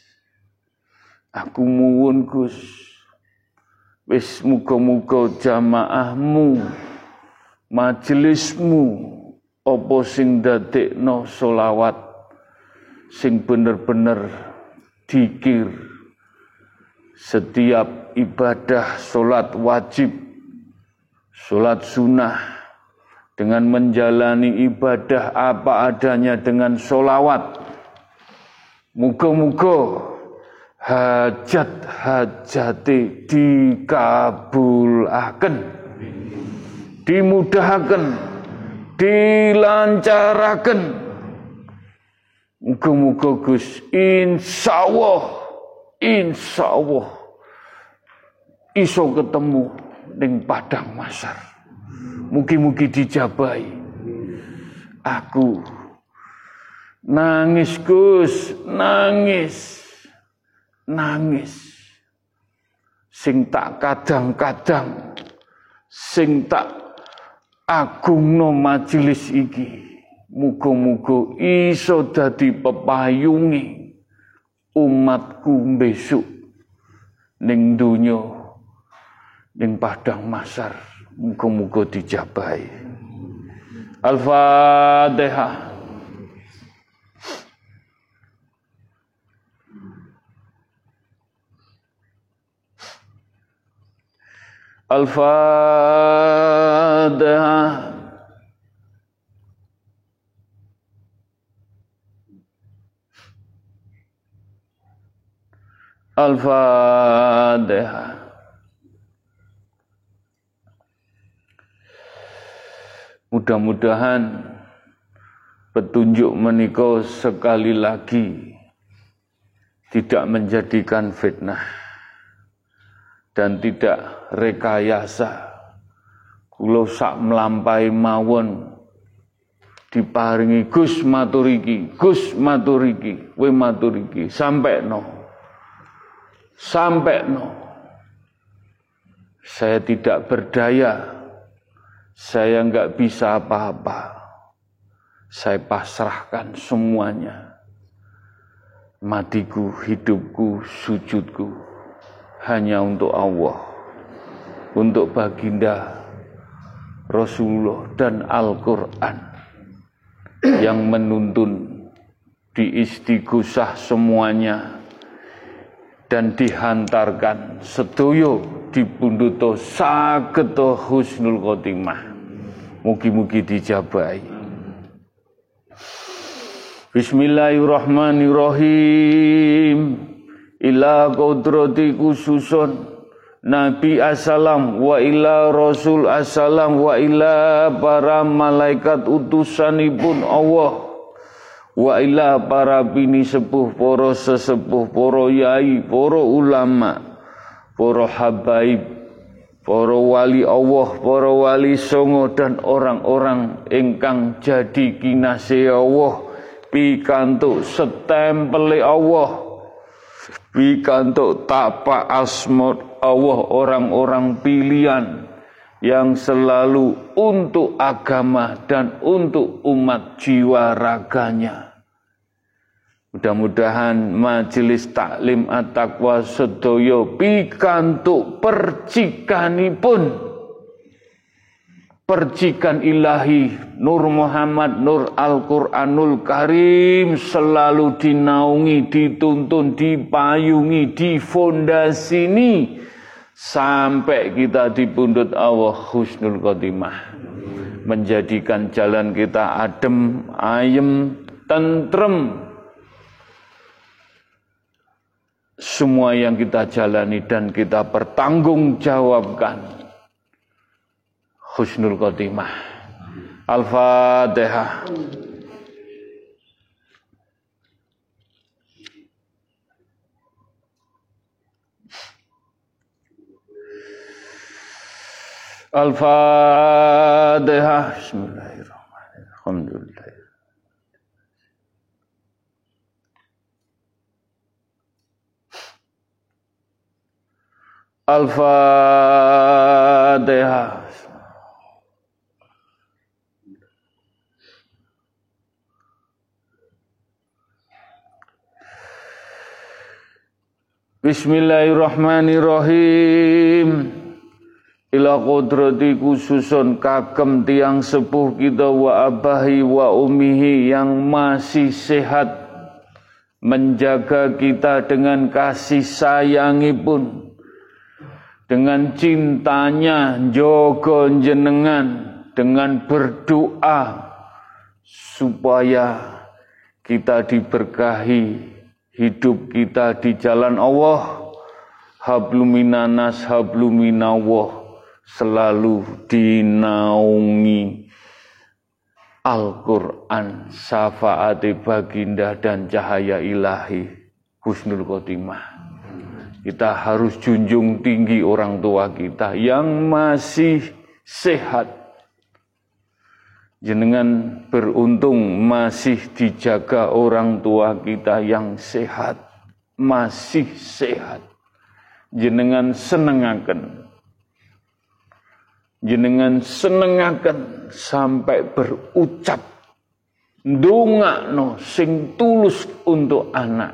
A: Aku muwun Gus, wis muga-muga jamaahmu, majelismu, apa sing dadekno solawat, sing bener-bener dikir. Setiap ibadah, solat wajib, solat sunnah, dengan menjalani ibadah apa adanya dengan solawat. Muga-muga hajat-hajate dikabulaken, dimudahkan, dilancaraken. Muga-muga Gus, insyaallah, insyaallah iso ketemu ning padang mahsyar. Mugi-mugi dijabahi. Aku nangis Gus, nangis, nangis. Sing tak kadang-kadang, sing tak agungno majelis iki. Muga-muga iso dadi pepayungi umatku besok ning donya, ning padang mahsyar. Muga-muga dijabahi. Al-Fatihah. Al-Fatihah. Al-Fatihah. Mudah-mudahan petunjuk menika sekali lagi tidak menjadikan fitnah dan tidak rekayasa. kula sak mlampahe mawon diparingi Gus matur iki, Gus matur iki, kowe matur iki, sampekno. Sampekno. Saya tidak berdaya. Saya enggak bisa apa-apa. Saya pasrahkan semuanya. Matiku, hidupku, sujudku hanya untuk Allah, untuk baginda Rasulullah dan Al-Quran yang menuntun diistighosah semuanya dan dihantarkan sedoyo dipundhuta saged husnul khotimah. Mugi-mugi dijabahi. Bismillahirrahmanirrahim. Ila qudrati khususun Nabi assalam wa ila Rasul assalam wa ila para malaikat utusanipun Allah wa ila para bini sepuh, para sesepuh, para yai, para ulama, para habaib, para wali Allah, para wali songo dan orang-orang ingkang jadi kinasih Allah pikantuk setempele Allah, pikantuk tapak asmot Allah, orang-orang pilihan yang selalu untuk agama dan untuk umat jiwa raganya. Mudah-mudahan majelis taklim at-taqwa sedaya pikantuk percikanipun, percikan ilahi Nur Muhammad, Nur Al-Quranul Karim selalu dinaungi, dituntun, dipayungi, difondasini sampai kita dipundhut Allah husnul khotimah, menjadikan jalan kita adem, ayem, tentrem. Semua yang kita jalani dan kita pertanggungjawabkan husnul khotimah. Al-Fatihah. Al-Fatihah. Bismillahirrahmanirrahim. Alhamdulillah. Al-Fatihah. Bismillahirrahmanirrahim. Ila qudrati khususun kagem tiang sepuh kita wa abahi wa umihi yang masih sehat, menjaga kita dengan kasih sayangipun, dengan cintanya njogo jenengan, dengan berdoa supaya kita diberkahi hidup kita di jalan Allah. Habluminanas habluminallah, selalu dinaungi Al-Quran, syafaati baginda dan cahaya ilahi husnul khotimah. Kita harus junjung tinggi orang tua kita yang masih sehat. Jenengan beruntung masih dijaga orang tua kita yang sehat, masih sehat. Jenengan senengaken, jenengan senengaken sampai berucap ndongakno sing tulus untuk anak.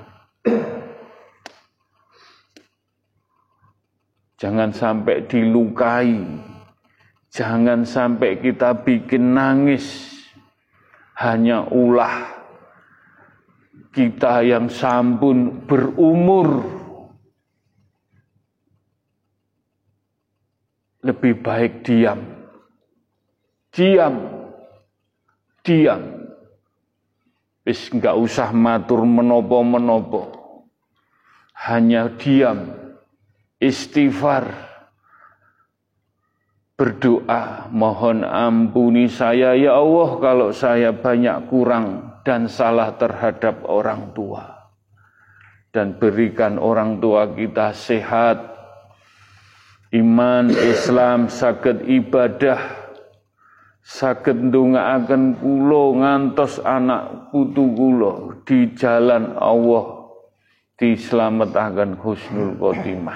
A: Jangan sampai dilukai, jangan sampai kita bikin nangis hanya ulah kita yang sampun berumur. Lebih baik diam, diam, diam. Wis enggak usah matur menopo-menopo, hanya diam, istighfar, berdoa, mohon ampuni saya ya Allah kalau saya banyak kurang dan salah terhadap orang tua, dan berikan orang tua kita sehat, iman Islam saged ibadah saged ndongaaken kula ngantos anak putu kula di jalan Allah dislametaken husnul khotimah.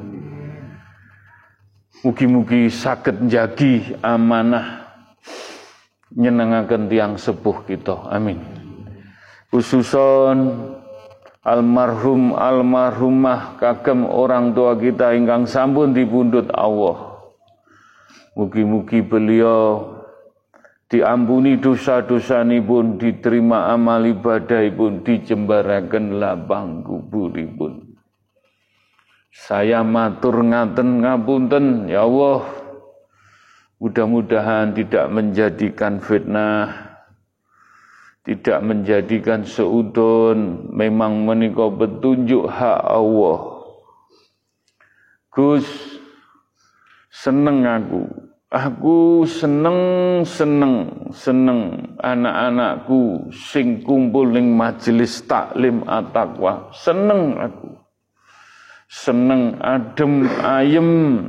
A: Mugi-mugi saged njagi amanah nyenengaken tiang sepuh kita. Amin. Khususon almarhum almarhumah kagem orang tua kita ingkang sampun dipundhut Allah. Mugi-mugi beliau diampuni dosa-dosanipun, diterima amal ibadahipun, dijembaraken lapang kuburipun. Saya matur ngaten ngapunten ya Allah. Mudah-mudahan tidak menjadikan fitnah, tidak menjadikan seudon, memang menika petunjuk hak Allah. Gus, seneng aku, aku seneng seneng seneng anak-anakku sing kumpul ning majelis taklim at-taqwa, seneng aku, seneng adem ayem,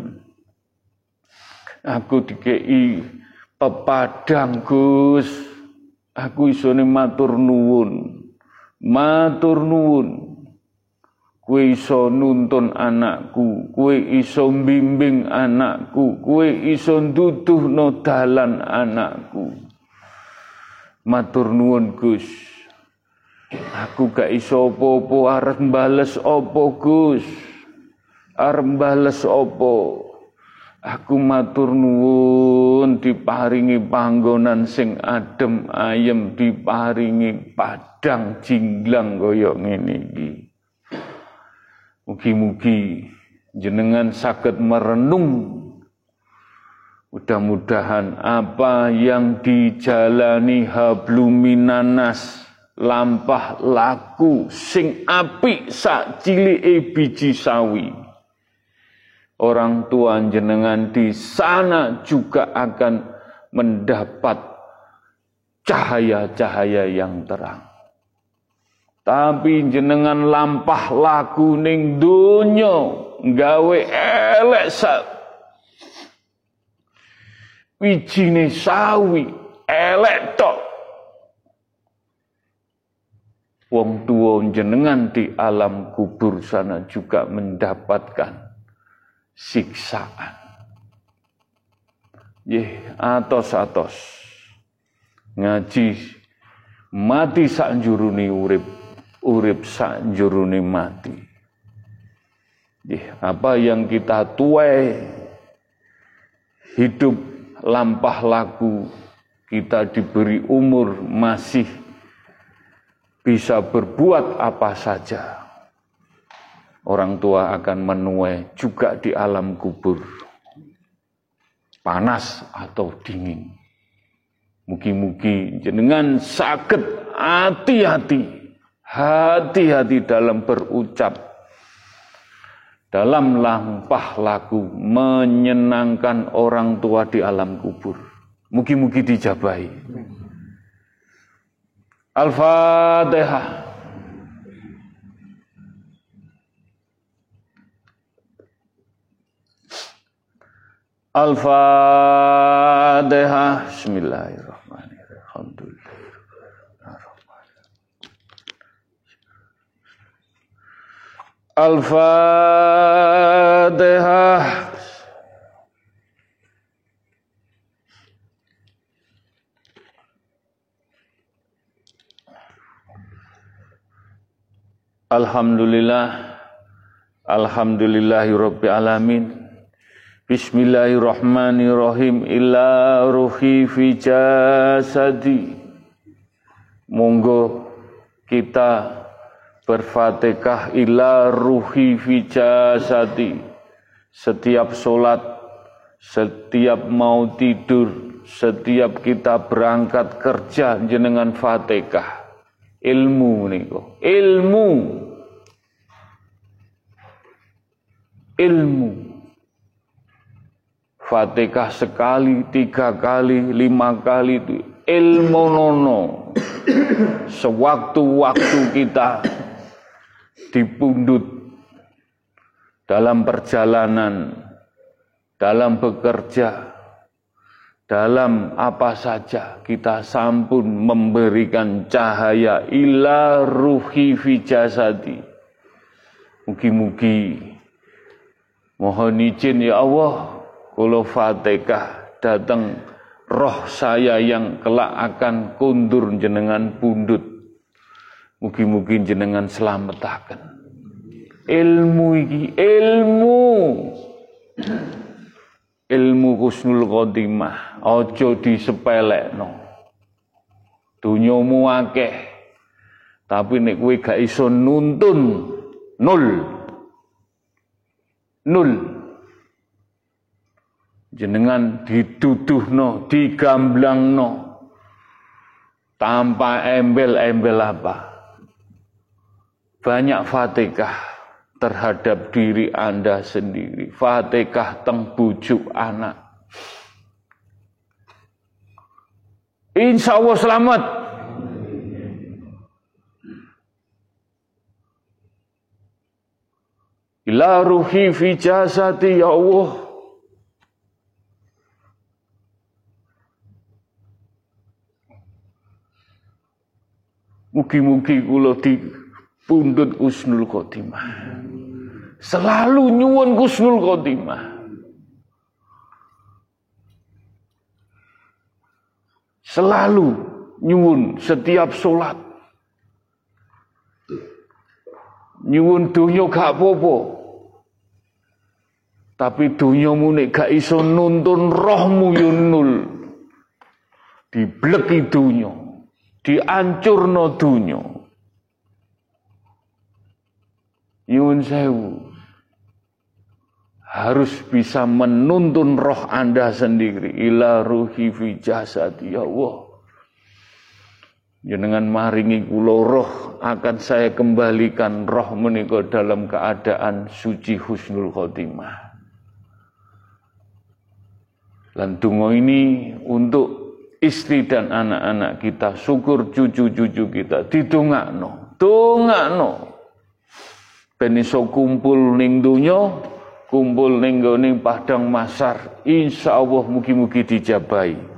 A: aku dikei pepadang Gus. Aku isone matur nuwun, matur nuwun. Kowe iso nuntun anakku, kowe iso bimbing anakku, kowe iso nduduhno dalan anakku. Matur nuwun Gus. Aku gak iso apa-apa, arep mbales apa Gus? Arep mbales apa? Aku matur nuwun diparingi panggonan sing adem ayem, diparingi padang jinglang kaya ngene iki. Mugi-mugi jenengan saged merenung. Mudah-mudahan apa yang dijalani habluminanas lampah laku sing apik sak cilike biji sawi. Orang tua jenengan di sana juga akan mendapat cahaya-cahaya yang terang. Tapi jenengan lampah laku ning donya gawe elek sak wijine sawi elek tok. Wong tua jenengan di alam kubur sana juga mendapatkan siksaan. Yeh, atos-atos ngaji mati sak njurune urip, urip sak njurune mati. Yeh, apa yang kita tuai hidup lampah laku, kita diberi umur masih bisa berbuat apa saja. Orang tua akan menuai juga di alam kubur, panas atau dingin. Mugi-mugi jenengan saged hati-hati, hati-hati dalam berucap, dalam lampah laku menyenangkan orang tua di alam kubur. Mugi-mugi dijabahi. Al-Fatihah. Al-Fatihah. Bismillahirrahmanirrahim. Alhamdulillah. Al-Fatihah. Alhamdulillah. Alhamdulillahirabbil alamin. Bismillahirrahmanirrahim. Illa ruhi fi jasadi. Monggo kita berfatihah ila ruhi fi jasadi. Setiap solat, setiap mau tidur, setiap kita berangkat kerja jenengan fatihah. Ilmu niko, ilmu, ilmu. Fatihah sekali, tiga kali, lima kali itu ilmu nono. Sewaktu-waktu kita dipundhut dalam perjalanan dalam bekerja, dalam apa saja kita sampun memberikan cahaya ila ruhi fi jasadi. Mugi-mugi mohon izin ya Allah, kula Fatihah datang roh saya yang kelak akan kundur jenengan pundut. Mugi-mugi jenengan selametaken. Ilmu iki ilmu ilmu husnul khotimah aja disepelekno. Dunyamu akeh tapi nek kowe gak iso nuntun nol nol jenengan dituduhno, digamblangno tanpa embel-embel apa. Banyak Fatihah terhadap diri Anda sendiri, Fatihah teng bujuk anak. Insya Allah selamat. Ila ruhi fi jasati ya Allah. Mugi-mugi kula dipundhut husnul khotimah. Selalu nyuwun husnul khotimah. Selalu nyuwun setiap sholat. Nyuwun dunya gak apa-apa. Tapi dunyamu nek gak iso nuntun rohmu yo nul. Dibleki dunya, diancurno dunya. Nyuwun sewu. Harus bisa menuntun roh Anda sendiri. Ila ruhi fi jasadi ya Allah. Jenengan maringi kula roh, akan saya kembalikan roh menika dalam keadaan suci husnul khotimah. Lan donga ini untuk istri dan anak-anak kita, syukur cucu-cucu kita, didongakno, dongakno. Ben iso kumpul ning donya, kumpul ning gone padang mahsyar, insyaallah mugi-mugi dijabahi.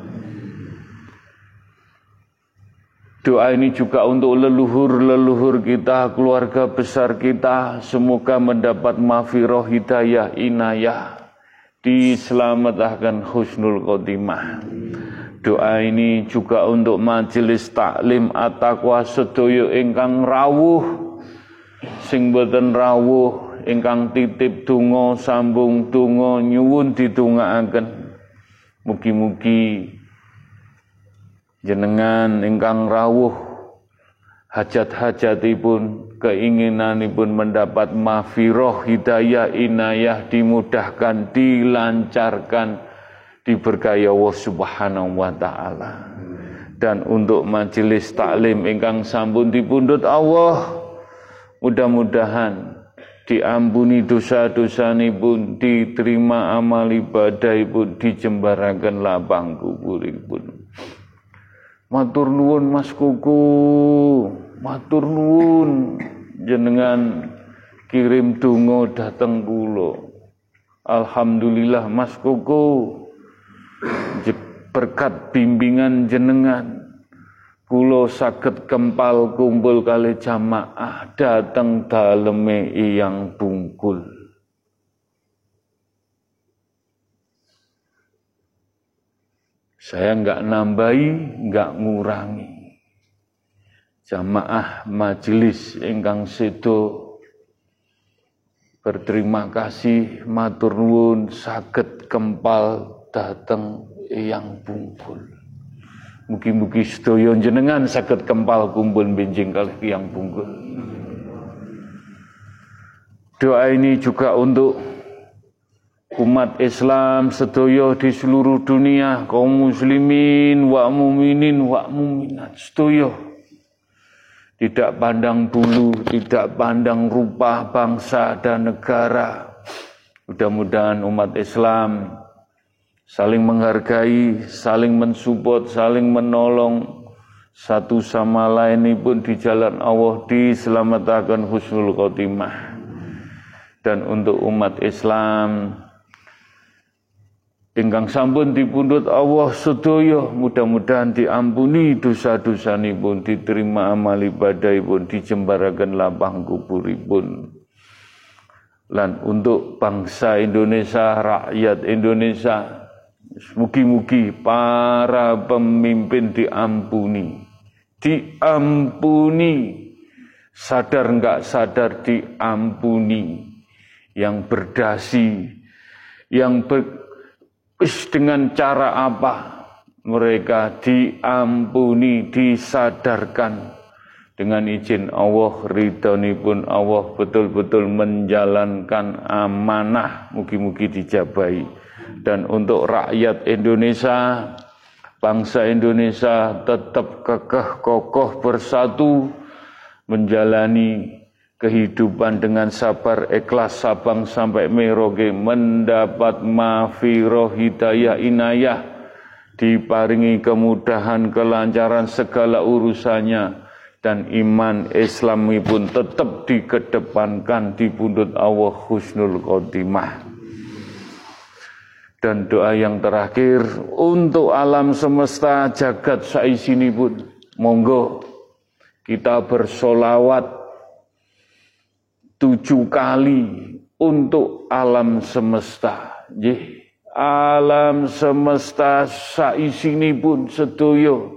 A: Doa ini juga untuk leluhur-leluhur kita, keluarga besar kita, semoga mendapat maghfirah, hidayah, inayah, diselamatkan husnul khotimah. Doa ini juga untuk majelis taklim at-taqwa sedaya ingkang rawuh, sing boten rawuh, ingkang titip donga, sambung donga, nyuwun didongaaken. Mugi-mugi jenengan ingkang rawuh hajat-hajatipun, keinginanipun mendapat maghfirah, hidayah, inayah, dimudahkan, dilancarkan, diberkahi Allah Subhanahu wa taala. Dan untuk majelis taklim ingkang sampun dipundhut Allah, mudah-mudahan diampuni dosa-dosanipun, diterima amal ibadahipun, dijembaraken lapang kuburipun. Matur nuwun Mas Kuku, matur nuwun jenengan kirim donga dhateng kula. Alhamdulillah Mas Kuku, berkat bimbingan jenengan kula saged kempal kumpul kali jamaah dhateng daleme Eyang Bungkul. Saya enggak nambahi, enggak ngurangi. Jamaah majelis ingkang sedo berterima kasih, matur nuwun saged kempal dhateng Eyang Bungkul. Mugi-mugi sedaya jenengan saged kempal kumpul benjing kalih Eyang Bungkul. Doa ini juga untuk umat Islam sedaya di seluruh dunia, kaum muslimin wa muminin wa muminat sedaya. Tidak pandang bulu, tidak pandang rupa, bangsa dan negara. Mudah-mudahan umat Islam saling menghargai, saling mensupport, saling menolong satu sama lain pun di jalan Allah, diselamatkan husnul khotimah. Dan untuk umat Islam ingkang sampun dipundhut Allah sedaya, mudah-mudahan diampuni dosa-dosanipun, diterima amal ibadahipun, dijembaraken lapang kuburipun. Lan untuk bangsa Indonesia, rakyat Indonesia, mugi-mugi para pemimpin diampuni, diampuni, sadar enggak sadar diampuni, yang berdasi, yang ber, dengan cara apa mereka diampuni, disadarkan. Dengan izin Allah, ridhonipun Allah, betul-betul menjalankan amanah, mugi-mugi dijabahi. Dan untuk rakyat Indonesia, bangsa Indonesia tetap kekeh kokoh bersatu, menjalani kehidupan dengan sabar, ikhlas, sabang sampai Merauke, mendapat maghfirah, hidayah, inayah, diparingi kemudahan, kelancaran segala urusannya. Dan iman Islami pun tetap dikedepankan, dipundhut Allah husnul khotimah. Dan doa yang terakhir untuk alam semesta jagat saisinipun, monggo kita bersolawat tujuh kali untuk alam semesta. Nggih, alam semesta saisinipun sedaya.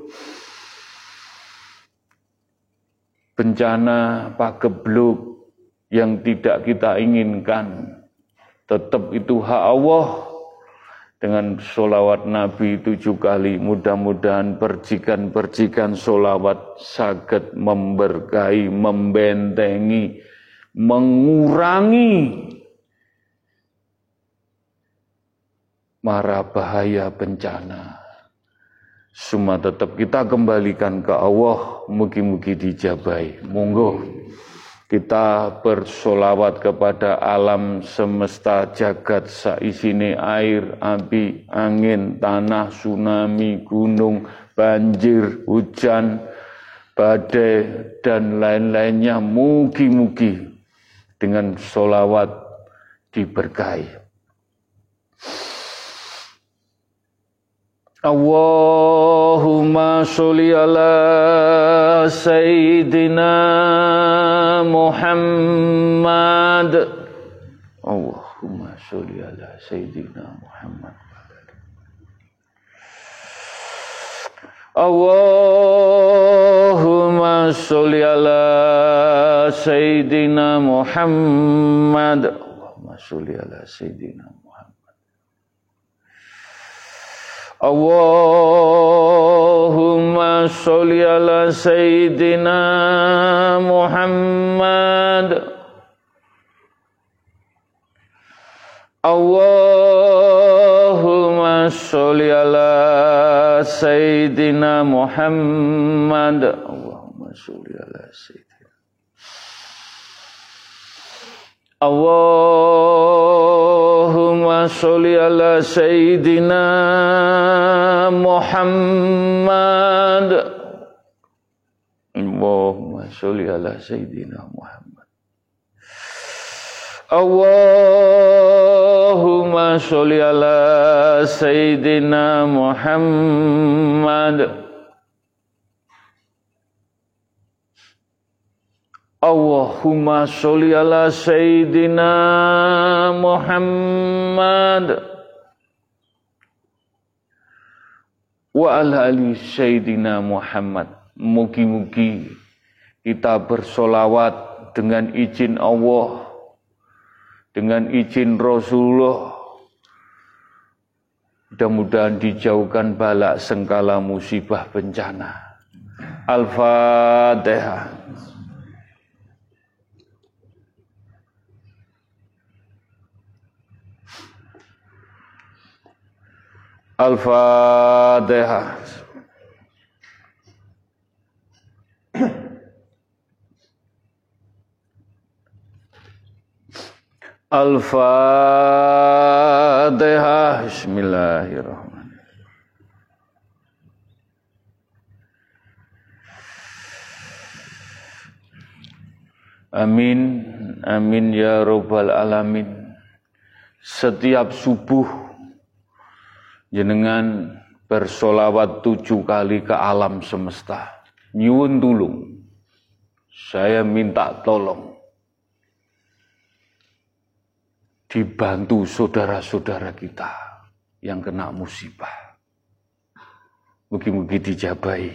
A: Bencana pagebluk yang tidak kita inginkan, tetap itu hak Allah. Dengan sholawat Nabi tujuh kali, mudah-mudahan percikan-percikan sholawat saged memberkahi, membentengi, mengurangi mara bahaya bencana. Semua tetap kita kembalikan ke Allah, mugi-mugi dijabahi. Monggo kita bersolawat kepada alam semesta jagat saisine, air, api, angin, tanah, tsunami, gunung, banjir, hujan, badai, dan lain-lainnya. Mugi-mugi dengan solawat diberkahi. Allahumma sholli ala Sayyidina Muhammad. Allahumma sholli ala Sayyidina Muhammad. Allahumma sholli ala Sayyidina Muhammad. Allahumma sholli ala Sayyidina Muhammad. Allahumma sholli ala Sayyidina Muhammad. Allahumma sholli ala Sayyidina Muhammad. Allahumma sholli ala Sayyidina. Allahumma sholli ala Sayyidina Muhammad. Allahumma sholli ala Sayyidina Muhammad. Allahumma sholli ala Sayyidina Muhammad. Allahumma sholli ala Sayyidina Muhammad wa ala ali Sayyidina Muhammad. Mugi-mugi kita bersolawat dengan izin Allah, dengan izin Rasulullah. Mudah-mudahan dijauhkan bala sengkala musibah bencana. Al-Fatihah. Al-Fatihah. Al-Fatihah. Bismillahirrahmanirrahim. Amin, amin ya Rabbal Alamin. Setiap subuh jenengan bersolawat tujuh kali ke alam semesta. Nyuwun tulung, saya minta tolong dibantu saudara-saudara kita yang kena musibah. Mugi-mugi dijabahi.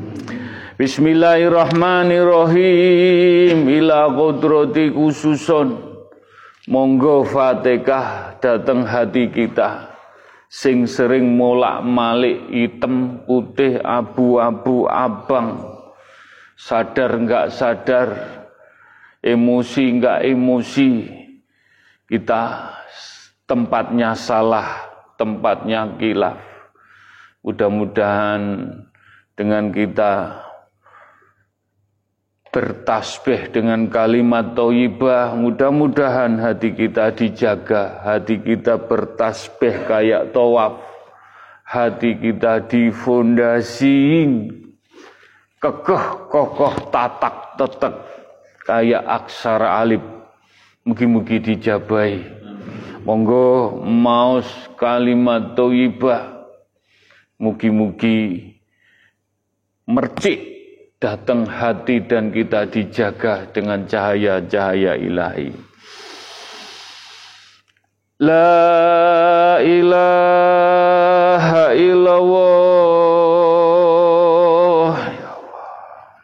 A: Bismillahirrahmanirrahim. Ila qudrati khususon. Monggo Fatihah datang hati kita. Sing sering molak-malik hitam, putih, abu-abu, abang. Sadar enggak sadar, emosi enggak emosi. Kita tempatnya salah, tempatnya khilaf. Mudah-mudahan dengan kita bertasbih dengan kalimat thayyibah, mudah-mudahan hati kita dijaga, hati kita bertasbih kayak tawaf, hati kita difondasi kekeh kokoh tatak tetek kayak aksara alif. Mugi-mugi dijabahi. Monggo maos kalimat thayyibah. Mugi-mugi mercik datang hati dan kita dijaga dengan cahaya-cahaya ilahi. La ilaha illallah. Ya Allah.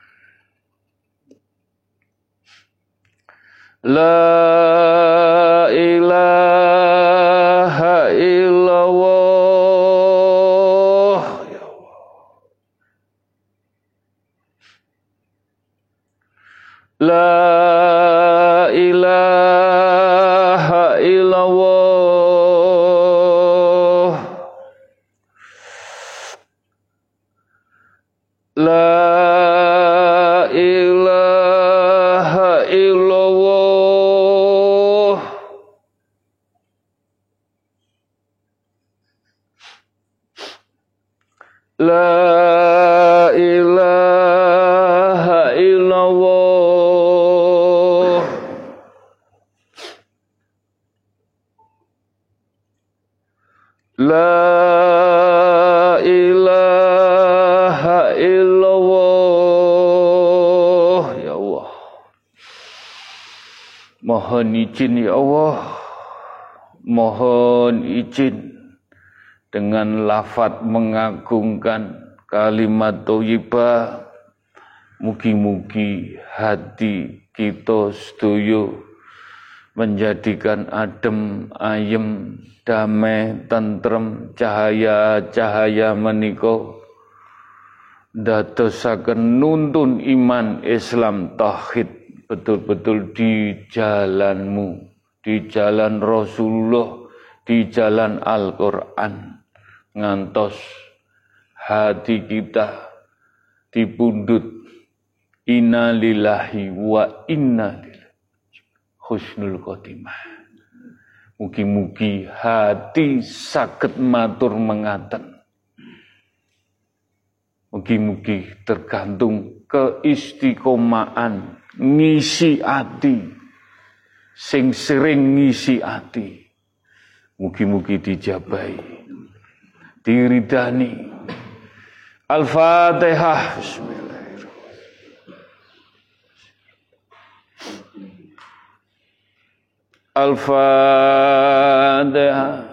A: La ilaha illallah. La ilaha illallah. La ilaha illallah. La ilaha illallah. La ilaha illallah. Ya Allah, mohon izin ya Allah, mohon izin dengan lafaz mengagungkan kalimat thayyibah. Mugi-mugi hati kita sedaya menjadikan adem, ayem, damai, tentrem, cahaya-cahaya menika dadosaken nuntun iman Islam tauhid betul-betul di jalanmu, di jalan Rasulullah, di jalan Al-Quran, ngantos hati kita dipundhut inna lillahi wa inna ilaihi husnul khotimah. Mugi-mugi hati saged matur mengaten. Mugi-mugi tergantung keistiqomahan ngisi ati, sing sering ngisi ati. Mugi-mugi dijabahi, diridani. Al-Fatihah. Bismillahirrahmanirrahim. Al-Fatihah.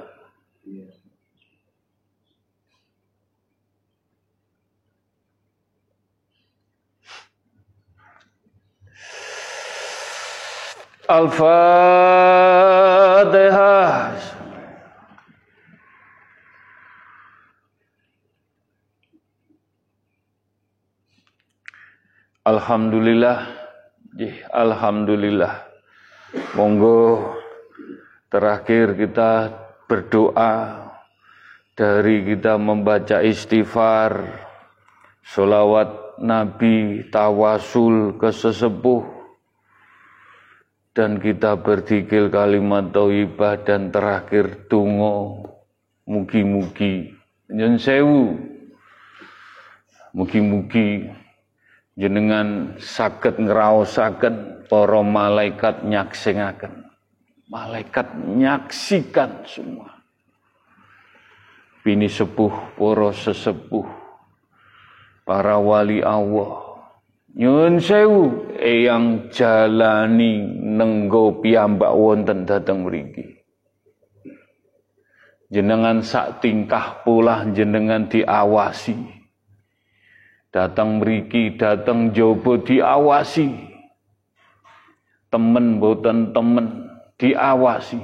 A: Al-Fatihah. Alhamdulillah, alhamdulillah. Monggo terakhir kita berdoa dari kita membaca istighfar, sholawat Nabi, tawasul ke sesepuh, dan kita berzikir kalimat thayyibah, dan terakhir donga. Mugi-mugi nyun sewu, mugi-mugi jenengan saged ngraosaken para malaikat nyaksinaken. Malaikat nyaksikan semua. bini sepuh, para sesepuh, para wali Allah. Nyuwun sewu eyang jalani nenggo piyambak wonten dhateng mriki. Jenengan sak tingkah pola jenengan diawasi. Datang mriki, datang jaba diawasi. Temen boten temen diawasi.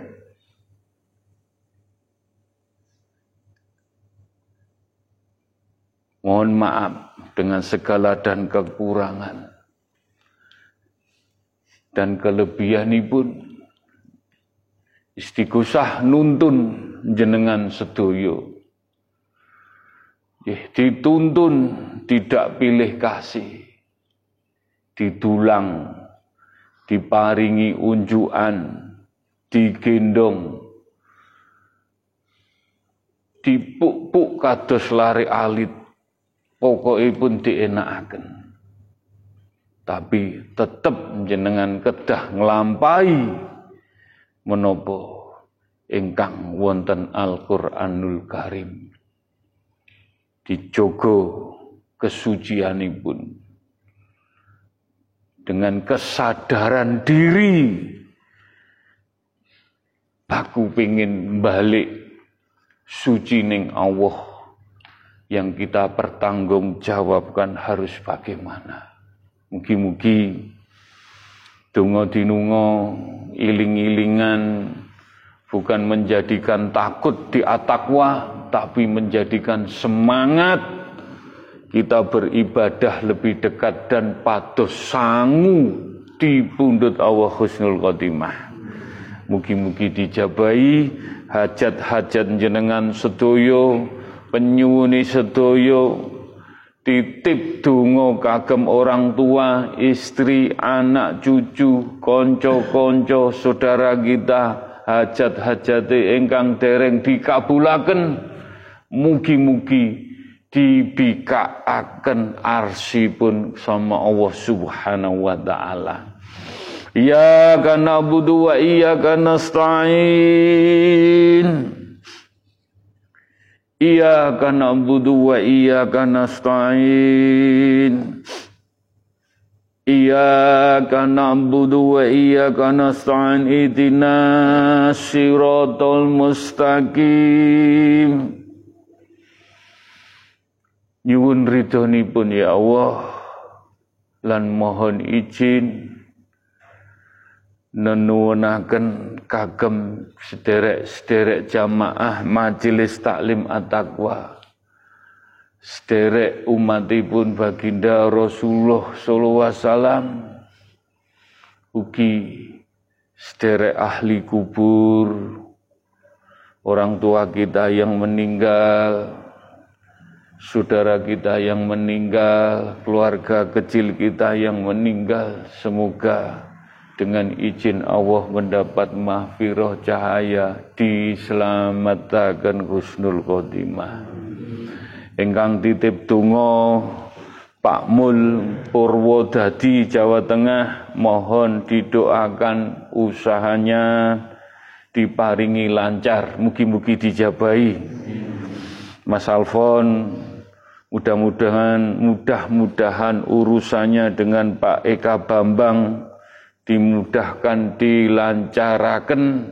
A: Mohon maaf dengan segala dan kekurangan dan kelebihanipun. Istighosah nuntun jenengan sedoyo. Dituntun tidak pilih kasih. Didulang, diparingi unjukan, digendong, dipuk-puk kados lare alit. Pokokipun dienakaken. Tapi tetep jenengan kedah nglampahi menapa ingkang wonten Al-Qur'anul Karim. Dijogo kesucianipun dengan kesadaran diri. Aku pengin balik suci ning Allah. Yang kita pertanggungjawabkan harus bagaimana. Mugi-mugi donga dinunga iling-ilingan bukan menjadikan takut di atakwa, tapi menjadikan semangat kita beribadah lebih dekat dan pados sangu di pundut Allah husnul khotimah. Mugi-mugi dijabahi hajat-hajat jenengan sedoyo, penyuwuni sedoyo, titip donga kagem orang tua, istri, anak, cucu, konco-konco, saudara kita, hajat-hajate ingkang dereng dikabulaken, mugi-mugi dibikaaken arsipun sama Allah Subhanahu wa taala. Iyyaka na'budu wa iyyaka nasta'in. Iyyaka na'budu wa iyyaka nasta'in. Iyyaka na'budu wa iyyaka nasta'in. Ihdinas siratal mustaqim. Nyuwun ridhonipun ya Allah lan mohon izin nenuwunaken kagem sederek-sederek jamaah Majelis Taklim At-Taqwa, sederek umatipun baginda Rasulullah sallallahu alaihi wasallam, ugi sederek ahli kubur, orang tua kita yang meninggal, saudara kita yang meninggal, keluarga kecil kita yang meninggal, semoga dengan izin Allah mendapat mahfirah cahaya, diselamatkan husnul khotimah. Ingkang titip donga Pak Mul Purwodadi Jawa Tengah, mohon didoakan usahanya diparingi lancar, mugi-mugi dijabahi. Mas Alfon, mudah-mudahan mudah-mudahan urusannya dengan Pak Eka Bambang dimudahkan, dilancarakan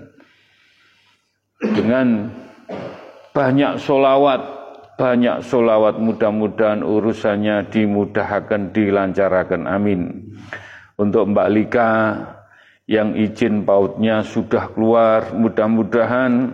A: dengan banyak solawat, banyak solawat, mudah-mudahan urusannya dimudahkan, dilancarakan, amin. Untuk Mbak Lika yang izin pautnya sudah keluar, mudah-mudahan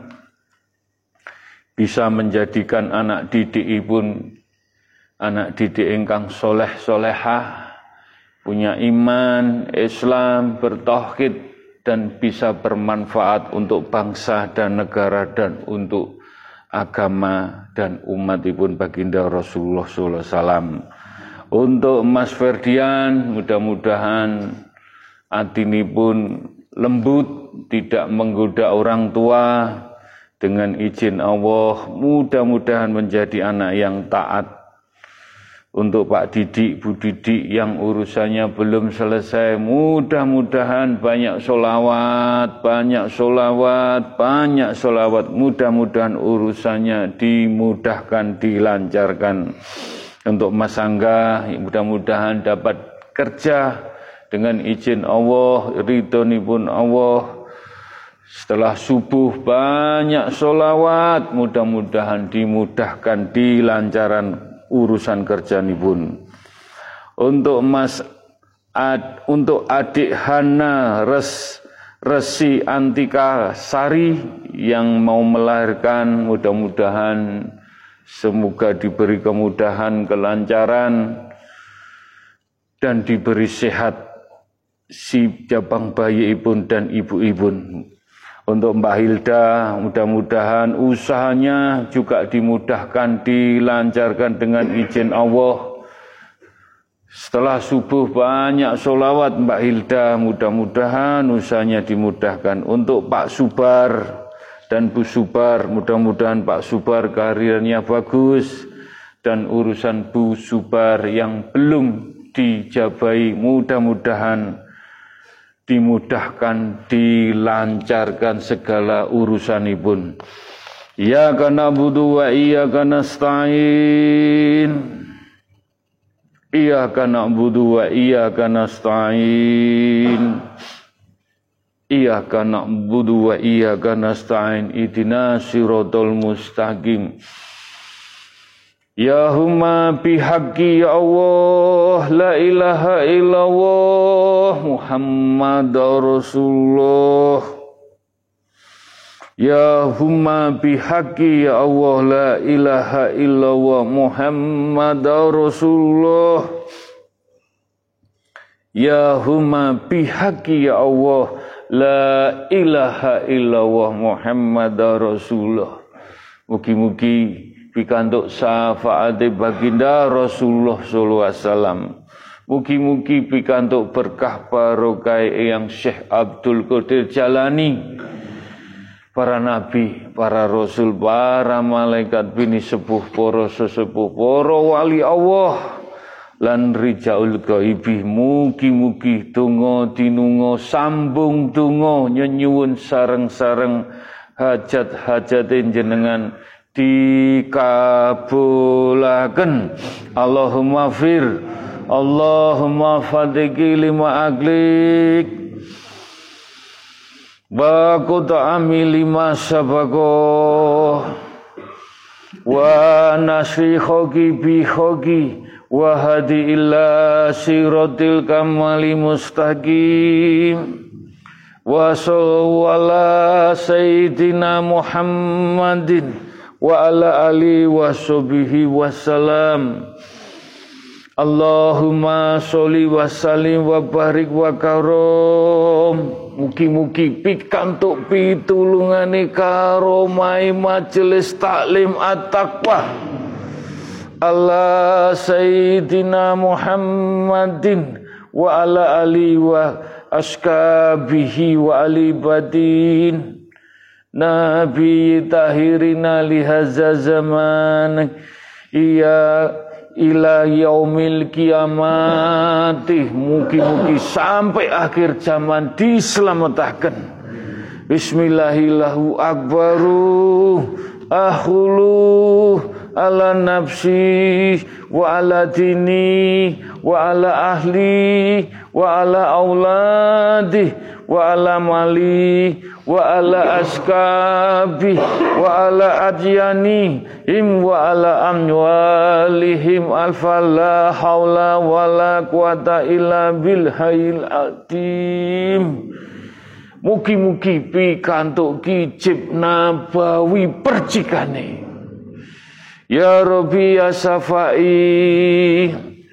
A: bisa menjadikan anak didik pun anak didik ingkang soleh solehah, punya iman, Islam, bertauhid, dan bisa bermanfaat untuk bangsa dan negara dan untuk agama dan umatipun baginda Rasulullah sallallahu alaihi wasallam. Untuk Mas Ferdian, mudah-mudahan atinipun lembut, tidak menggoda orang tua, dengan izin Allah, mudah-mudahan menjadi anak yang taat, Untuk Pak Didik, Bu Didik yang urusannya belum selesai, mudah-mudahan banyak sholawat, banyak sholawat, banyak sholawat, mudah-mudahan urusannya dimudahkan, dilancarkan. Untuk Mas Angga, mudah-mudahan dapat kerja dengan izin Allah, ridhonipun Allah. Setelah subuh banyak sholawat, mudah-mudahan dimudahkan, dilancarkan urusan kerjanipun. Untuk Mas Ad, untuk adik Hana Res, Resi Antika Sari yang mau melahirkan, mudah-mudahan semoga diberi kemudahan, kelancaran, dan diberi sehat si jabang bayi ibun dan ibu ibun. Untuk Mbak Hilda, mudah-mudahan usahanya juga dimudahkan, dilancarkan dengan izin Allah. Setelah subuh banyak sholawat Mbak Hilda, mudah-mudahan usahanya dimudahkan. Untuk Pak Subar dan Bu Subar, mudah-mudahan Pak Subar karirnya bagus, dan urusan Bu Subar yang belum dijabai, mudah-mudahan dimudahkan, dilancarkan segala urusanipun. Iyyaka na'budu wa iyyaka nasta'in. Iyyaka na'budu wa iyyaka nasta'in. Iyyaka na'budu wa iyyaka nasta'in. Ihdinas siratal mustaqim. Ya humma bihaqqi ya Allah, la ilaha illallah, Muhammadur Rasulullah. Ya humma bihaqqi ya Allah, la ilaha illallah, Muhammadur Rasulullah. Ya humma bihaqqi ya Allah, la ilaha illallah, Muhammadur Rasulullah. Mugi-mugi pikantuk syafaate baginda Rasulullah sallallahu alaihi wasallam. Mugi-mugi pikantuk berkah barokah yang Syekh Abdul Qadir Jalani, para nabi, para rasul, para malaikat bini sepuh, para sesepuh, para wali Allah lan rijaul ghaibi. Mugi-mugi donga dinunga sambung donga nyenyuwun sareng-sareng hajat-hajate jenengan dikabulaken. Allahumma fir, Allahumma fadiki lima aglik, bakuta ami lima sabako, wa nasri khogi bi khogi, wa hadi illa siratil kamali mustaqim. Wa sallallahu ala sayyidina Muhammadin wa ala ali wa sahbihi wassalam. Allahumma sholli wa sallim wa barik wa karom. Mugi-mugi pikantuk pitulungane karomai majelis taklim at-taqwa ala sayyidina Muhammadin wa ala ali wa askabihi wa ali badin Nabi tahirina lihaza zaman iya ila yaumil kiamati. Mugi-mugi sampai akhir zaman diselamatkan. Bismillahillahu akbaru akhulu ala nafsi wa ala dini wa ala ahli wa ala auladi wa ala mali wa ala askabi wa ala adyani im wa ala amwalihim alfa la hawla wa la quwata illa bil hayyil azim. Mugi-mugi pikantuk kicip nabawi percikane. Ya Rabbi ya Safai,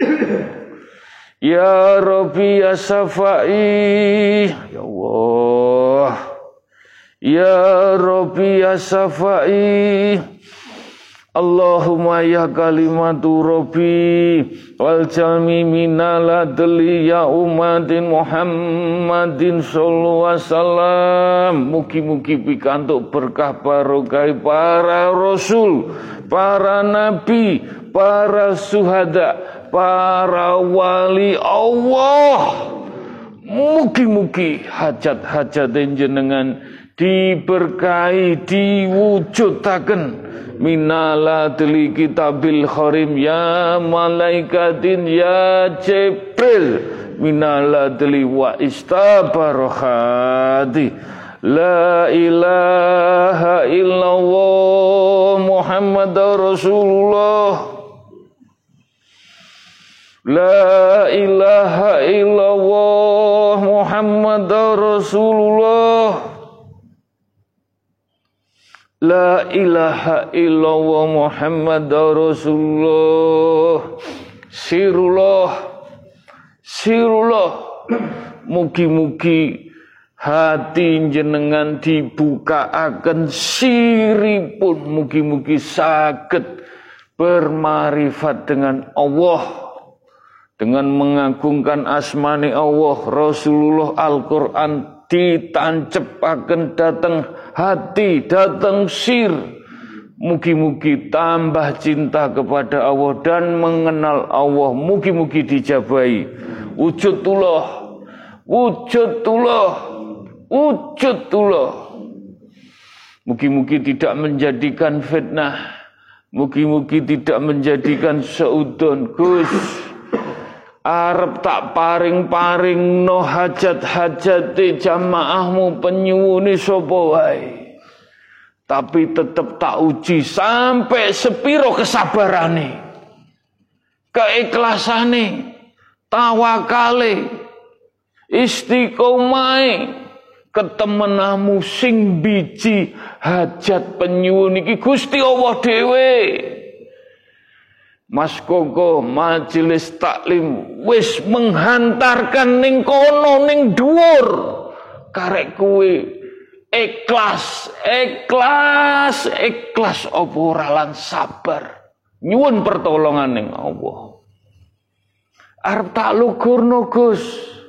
A: ya Rabbi ya Safai, ya Allah, ya Rabbi ya Safai. Allahumma ya kalimatu Rabbi wal jami minal adli ya umatin Muhammadin sallallahu alaihi wasallam. Mugi-mugi pikantuk berkah barokah para rasul, para nabi, para syuhada, para wali Allah. Mugi-mugi hajat-hajat jenengan diberkahi, diwujudaken minala deli kitabil kharim ya malaikatin ya Jibril minala deli wa istabarohati la ilaha illallah Muhammadur Rasulullah. La ilaha illallah Muhammadur Rasulullah. La ilaha illallah Muhammadur Rasulullah. Sirullah, sirullah. Mugi-mugi hati jenengan dibukaaken siripun, mugi-mugi saged bermarifat dengan Allah, dengan mengagungkan asmani Allah, Rasulullah, Al-Quran ditancepaken datang hati, datang sir. Mugi-mugi tambah cinta kepada Allah dan mengenal Allah. Mugi-mugi dijabahi wujudullah, wujudullah, wujudullah. Mugi-mugi tidak menjadikan fitnah, mugi-mugi tidak menjadikan seudon. Gus arep tak paring-paring no hajat-hajate jamaahmu penyuwuni sapa wae, tapi tetep tak uji sampai sepiro kesabarane, keiklasane, tawakale, istiqomahe, ketemenamu sing biji hajat penyuwun iki Gusti Allah dhewe. Mas Koko majelis taklim wis menghantarkan ning kono ning dhuwur karek kuwe ikhlas, ikhlas, ikhlas apa ora lan sabar nyuwun pertolongan ning Allah. Arep tak lugurno Gus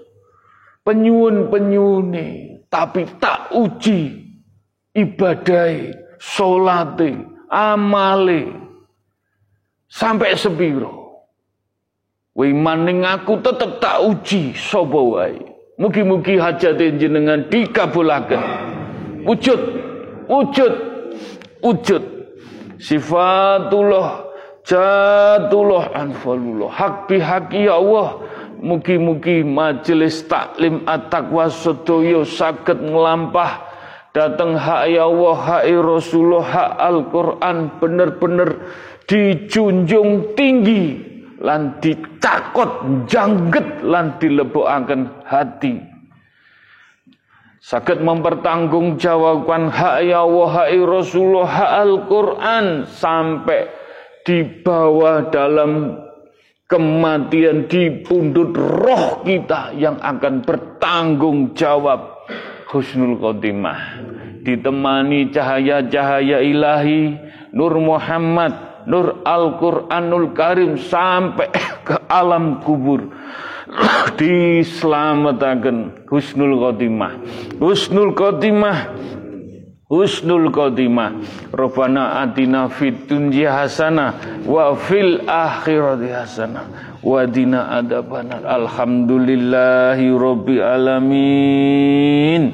A: penyuwun-penyuwune, tapi tak uji ibadahe, salate, amale sampai sepiro. Wei maning aku tetep tak uji sapa wae. Mugi-mugi hajate jenengan dikabulaken. Wujud, wujud, wujud. Sifatullah, jatullah, anfalullah. Hak bihaki ya Allah. Mugi-mugi majelis taklim at-taqwa sedaya saged nglampah dateng hak ya Allah, hak Rasulullah, hak Al-Quran bener-bener dijunjung tinggi lan dicakot jangget lan dilebokaken hati, saged mempertanggungjawabkan hak ya Allah, hak Rasulullah, hak Al-Quran sampai dibawa dalam kematian di pundut roh kita yang akan bertanggung jawab husnul khotimah, ditemani cahaya-cahaya ilahi, Nur Muhammad, Nur Al-Quranul Karim sampai ke alam kubur. Diselamatkan husnul khotimah, husnul khotimah, husnul khotimah. Rabbana atina fid dunya hasanah wa fil akhirati hasanah wa qina adzabannar. Alhamdulillahi rabbil alamin.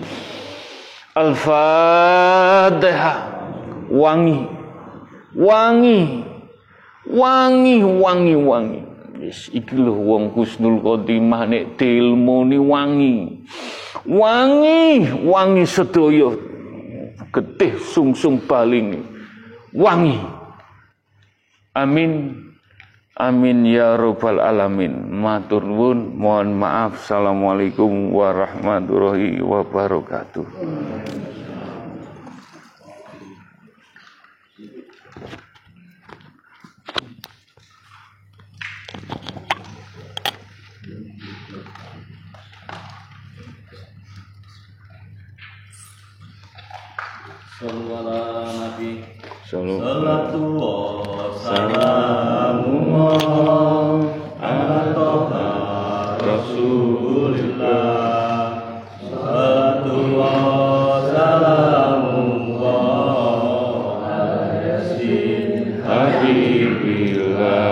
A: Al-Fatihah. Wangi, wangi, wangi, wangi, wangi. Yes, iki lho wong husnul khotimah nek dilmoni wangi. Wangi, wangi sedaya getih sungsung baling. Wangi. Amin. Amin ya rabbal alamin. Matur nuwun, mohon maaf. Assalamualaikum warahmatullahi wabarakatuh.
B: Sallallahu Nabi
A: Sallallahu
B: Salamullah ala toha Rasulillah. Sallallahu Salamullah ala yasin
A: Habibillah.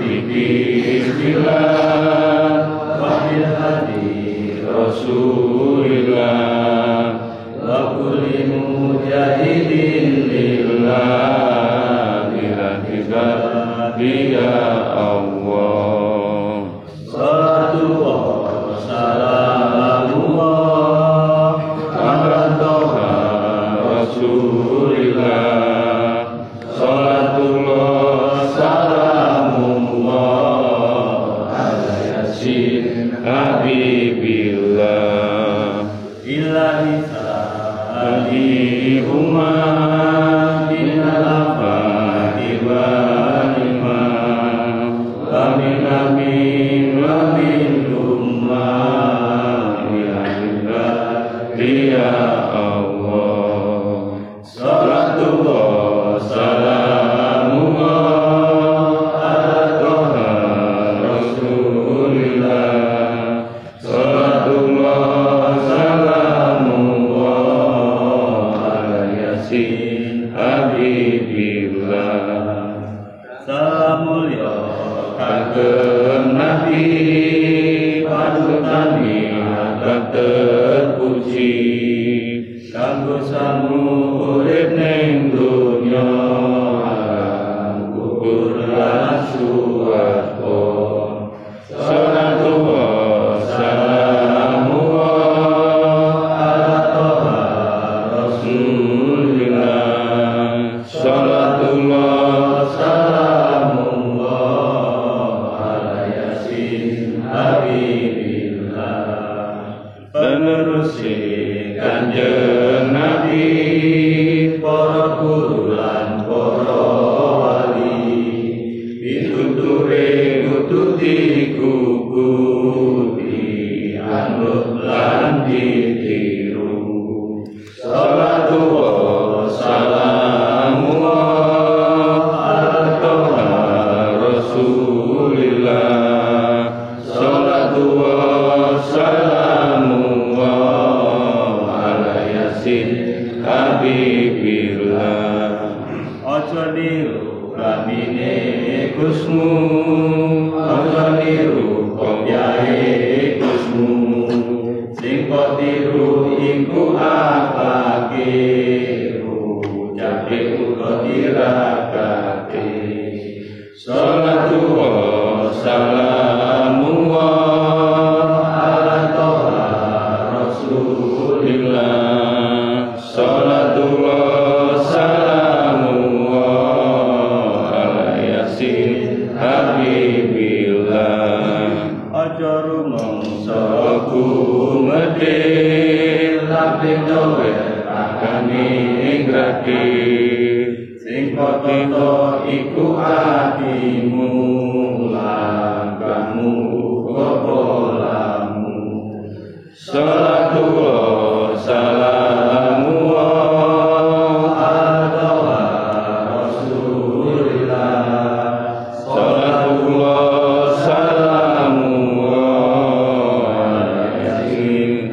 A: Bismillah wa bil hadi Rasulillah wa kulli mujahidin lillah bihaqqika ya Allah. Salatu wa salamullah ala toha Rasulillah. Salatullah salamullah ala yasin habibillah. Ilahi sa'adi umma minal afadi wal imam. Amin amin amin umma ya Allah. Salatullah salamullah ala toha Rasulillah. Salatullah salamullah ala yasin habibillah. Salamul ya kagem Nabi panutan agak terpuji kanggo samu urip ning donya kubur lan swarga. Salatullah salamullah ala toha Rasulillah. Salatullah salamullah ala yasin habibillah. Penerusi Kanjeng Nabi, para guru lan para wali, pituture nututi kukuti anut lan ditiru. Salatullah salamullah ala toha Rasulillah. Salatullah salamullah ala yasin habibillah. Ojo niru klamine Gusmu, ojo niru kopyae Gusmu. Sing kok tiru iku akhlake, ucape uga tirakake. Salatullah salamullah ala toha Rasulillah. Salatullah salamullah ala yasin habibillah. Aja rumangsa gumedhe laping dower akane ingrati. Sing kototo iku atimu langkahmu kepolamu. Salatullah salamullah ala toha Rasulillah. Salatullah salamullah ala yasin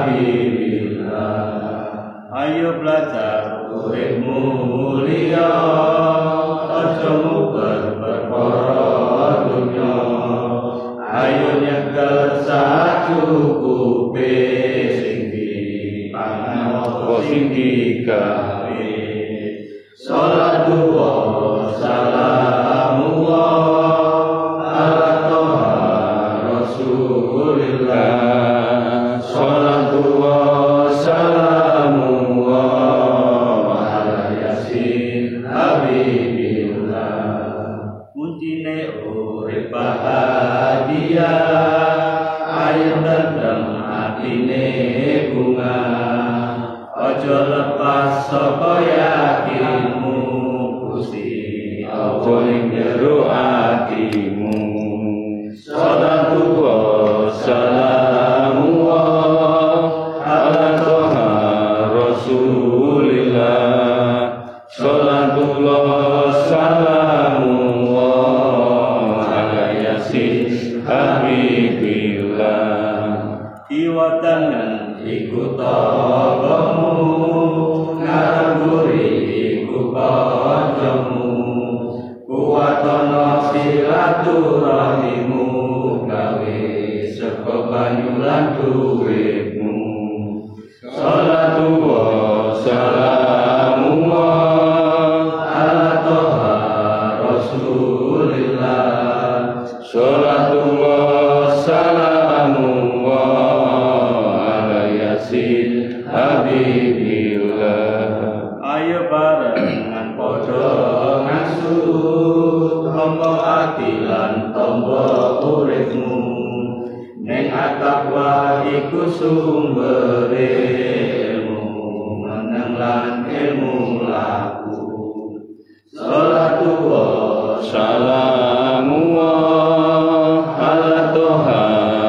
A: habibillah. Ayo belajar urip mulia, aja muber perkara dunya. Ayo nyekel sacukupe sing dipangan apa sing digawe. Salatullah salamullah ala toha Rasulillah. Salatullah salamullah ala yasin habibillah. Kuncine urip bahagia, ayo tentrem atine bunga. Ojo lepas saka yakinmu, Gusti Allah ning jero atimu. Salatullah salamullah ala toha Rasulillah. Salatullah salamullah ala yasin habibillah. Iwatangan iku takamu, ngaramburi iku kancamu. Kuwatono silat silaturahmimu gawe saka banyu lan duwitmu. Sholatu wa salamu wa ala toha rasulillah. Sholatu wa salamu wa ala yasin habibillah.
B: Ayo barengan
A: Padha ngangsut tombo ati lan tombo uripmu. Ning at-taqwa iku sumber ilmu, meneng lan ilmu laku. Sholatu wa salamu wa ala toha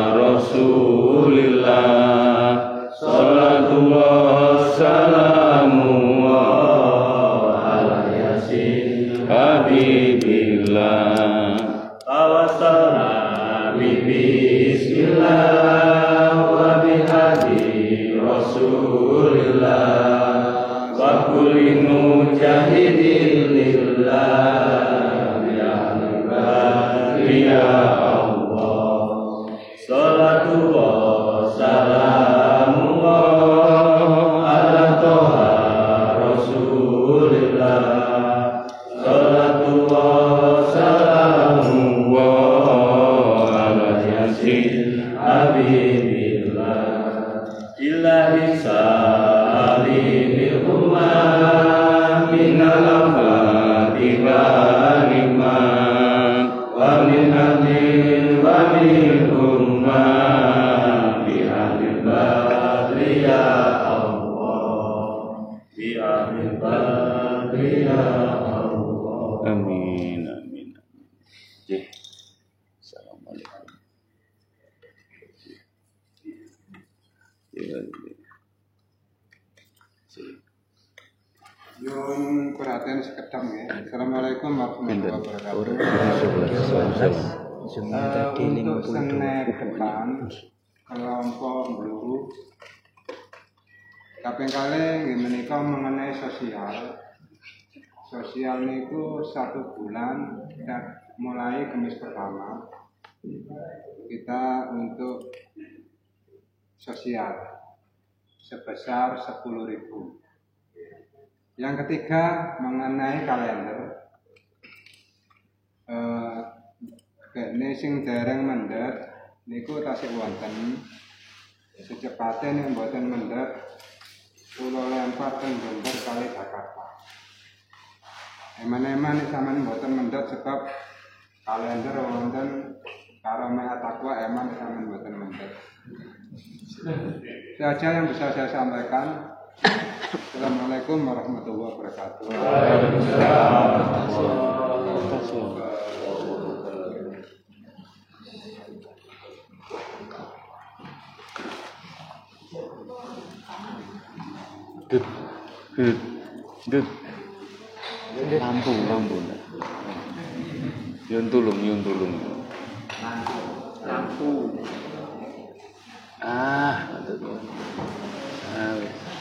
A: rasulillah. Sholatu wa salamu wa ala yasin habibillah. Tawassalna bi bismillah wa bihadi rasulillah wa kulli mujahidin lillah ya ya Allah. Sholatu wa salamu wa ala toha rasulillah. Sholatu wa salamu wa ala yasin habibillah. Ilahi salimil ummah minal afati wa nikmat wa min ahlin wa min ummah bi ahlil badri ya Allah, bi ahlil badri ya Allah. Amin amin. Jih. Assalamualaikum.
C: Yun perhatian sekedap ya. Assalamualaikum warahmatullahi wabarakatuh. Uh, untuk senek depan kelompok Bluru kaping kali menikah mengenai sosial. Sosial niku satu bulan dan mulai Kamis pertama kita untuk sosial sebesar sepuluh ribu. Yang ketiga mengenai kalender. Eh, Bekne sing dereng mendhet niku tasih wonten. Secepatnya nek mboten mendhet kula lempar teng Jember kali Jakarta. Eman-eman nek sampean mboten mendhet sebab kalender wonten karo Mehat Taqwa eman sampean mboten mendhet. Itu aja yang bisa saya sampaikan. Assalamualaikum warahmatullahi wabarakatuh.
A: Dut, dut, dut. Lampu, lampu. Yun tulung, yun tulung.
C: Lampu.
A: Ah, aduh. Ah,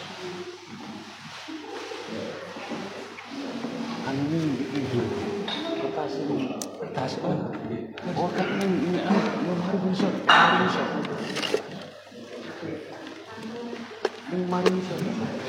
A: anu ini itu kertas ini kertas oh kan ini ini mari bisa mari bisa ini mari bisa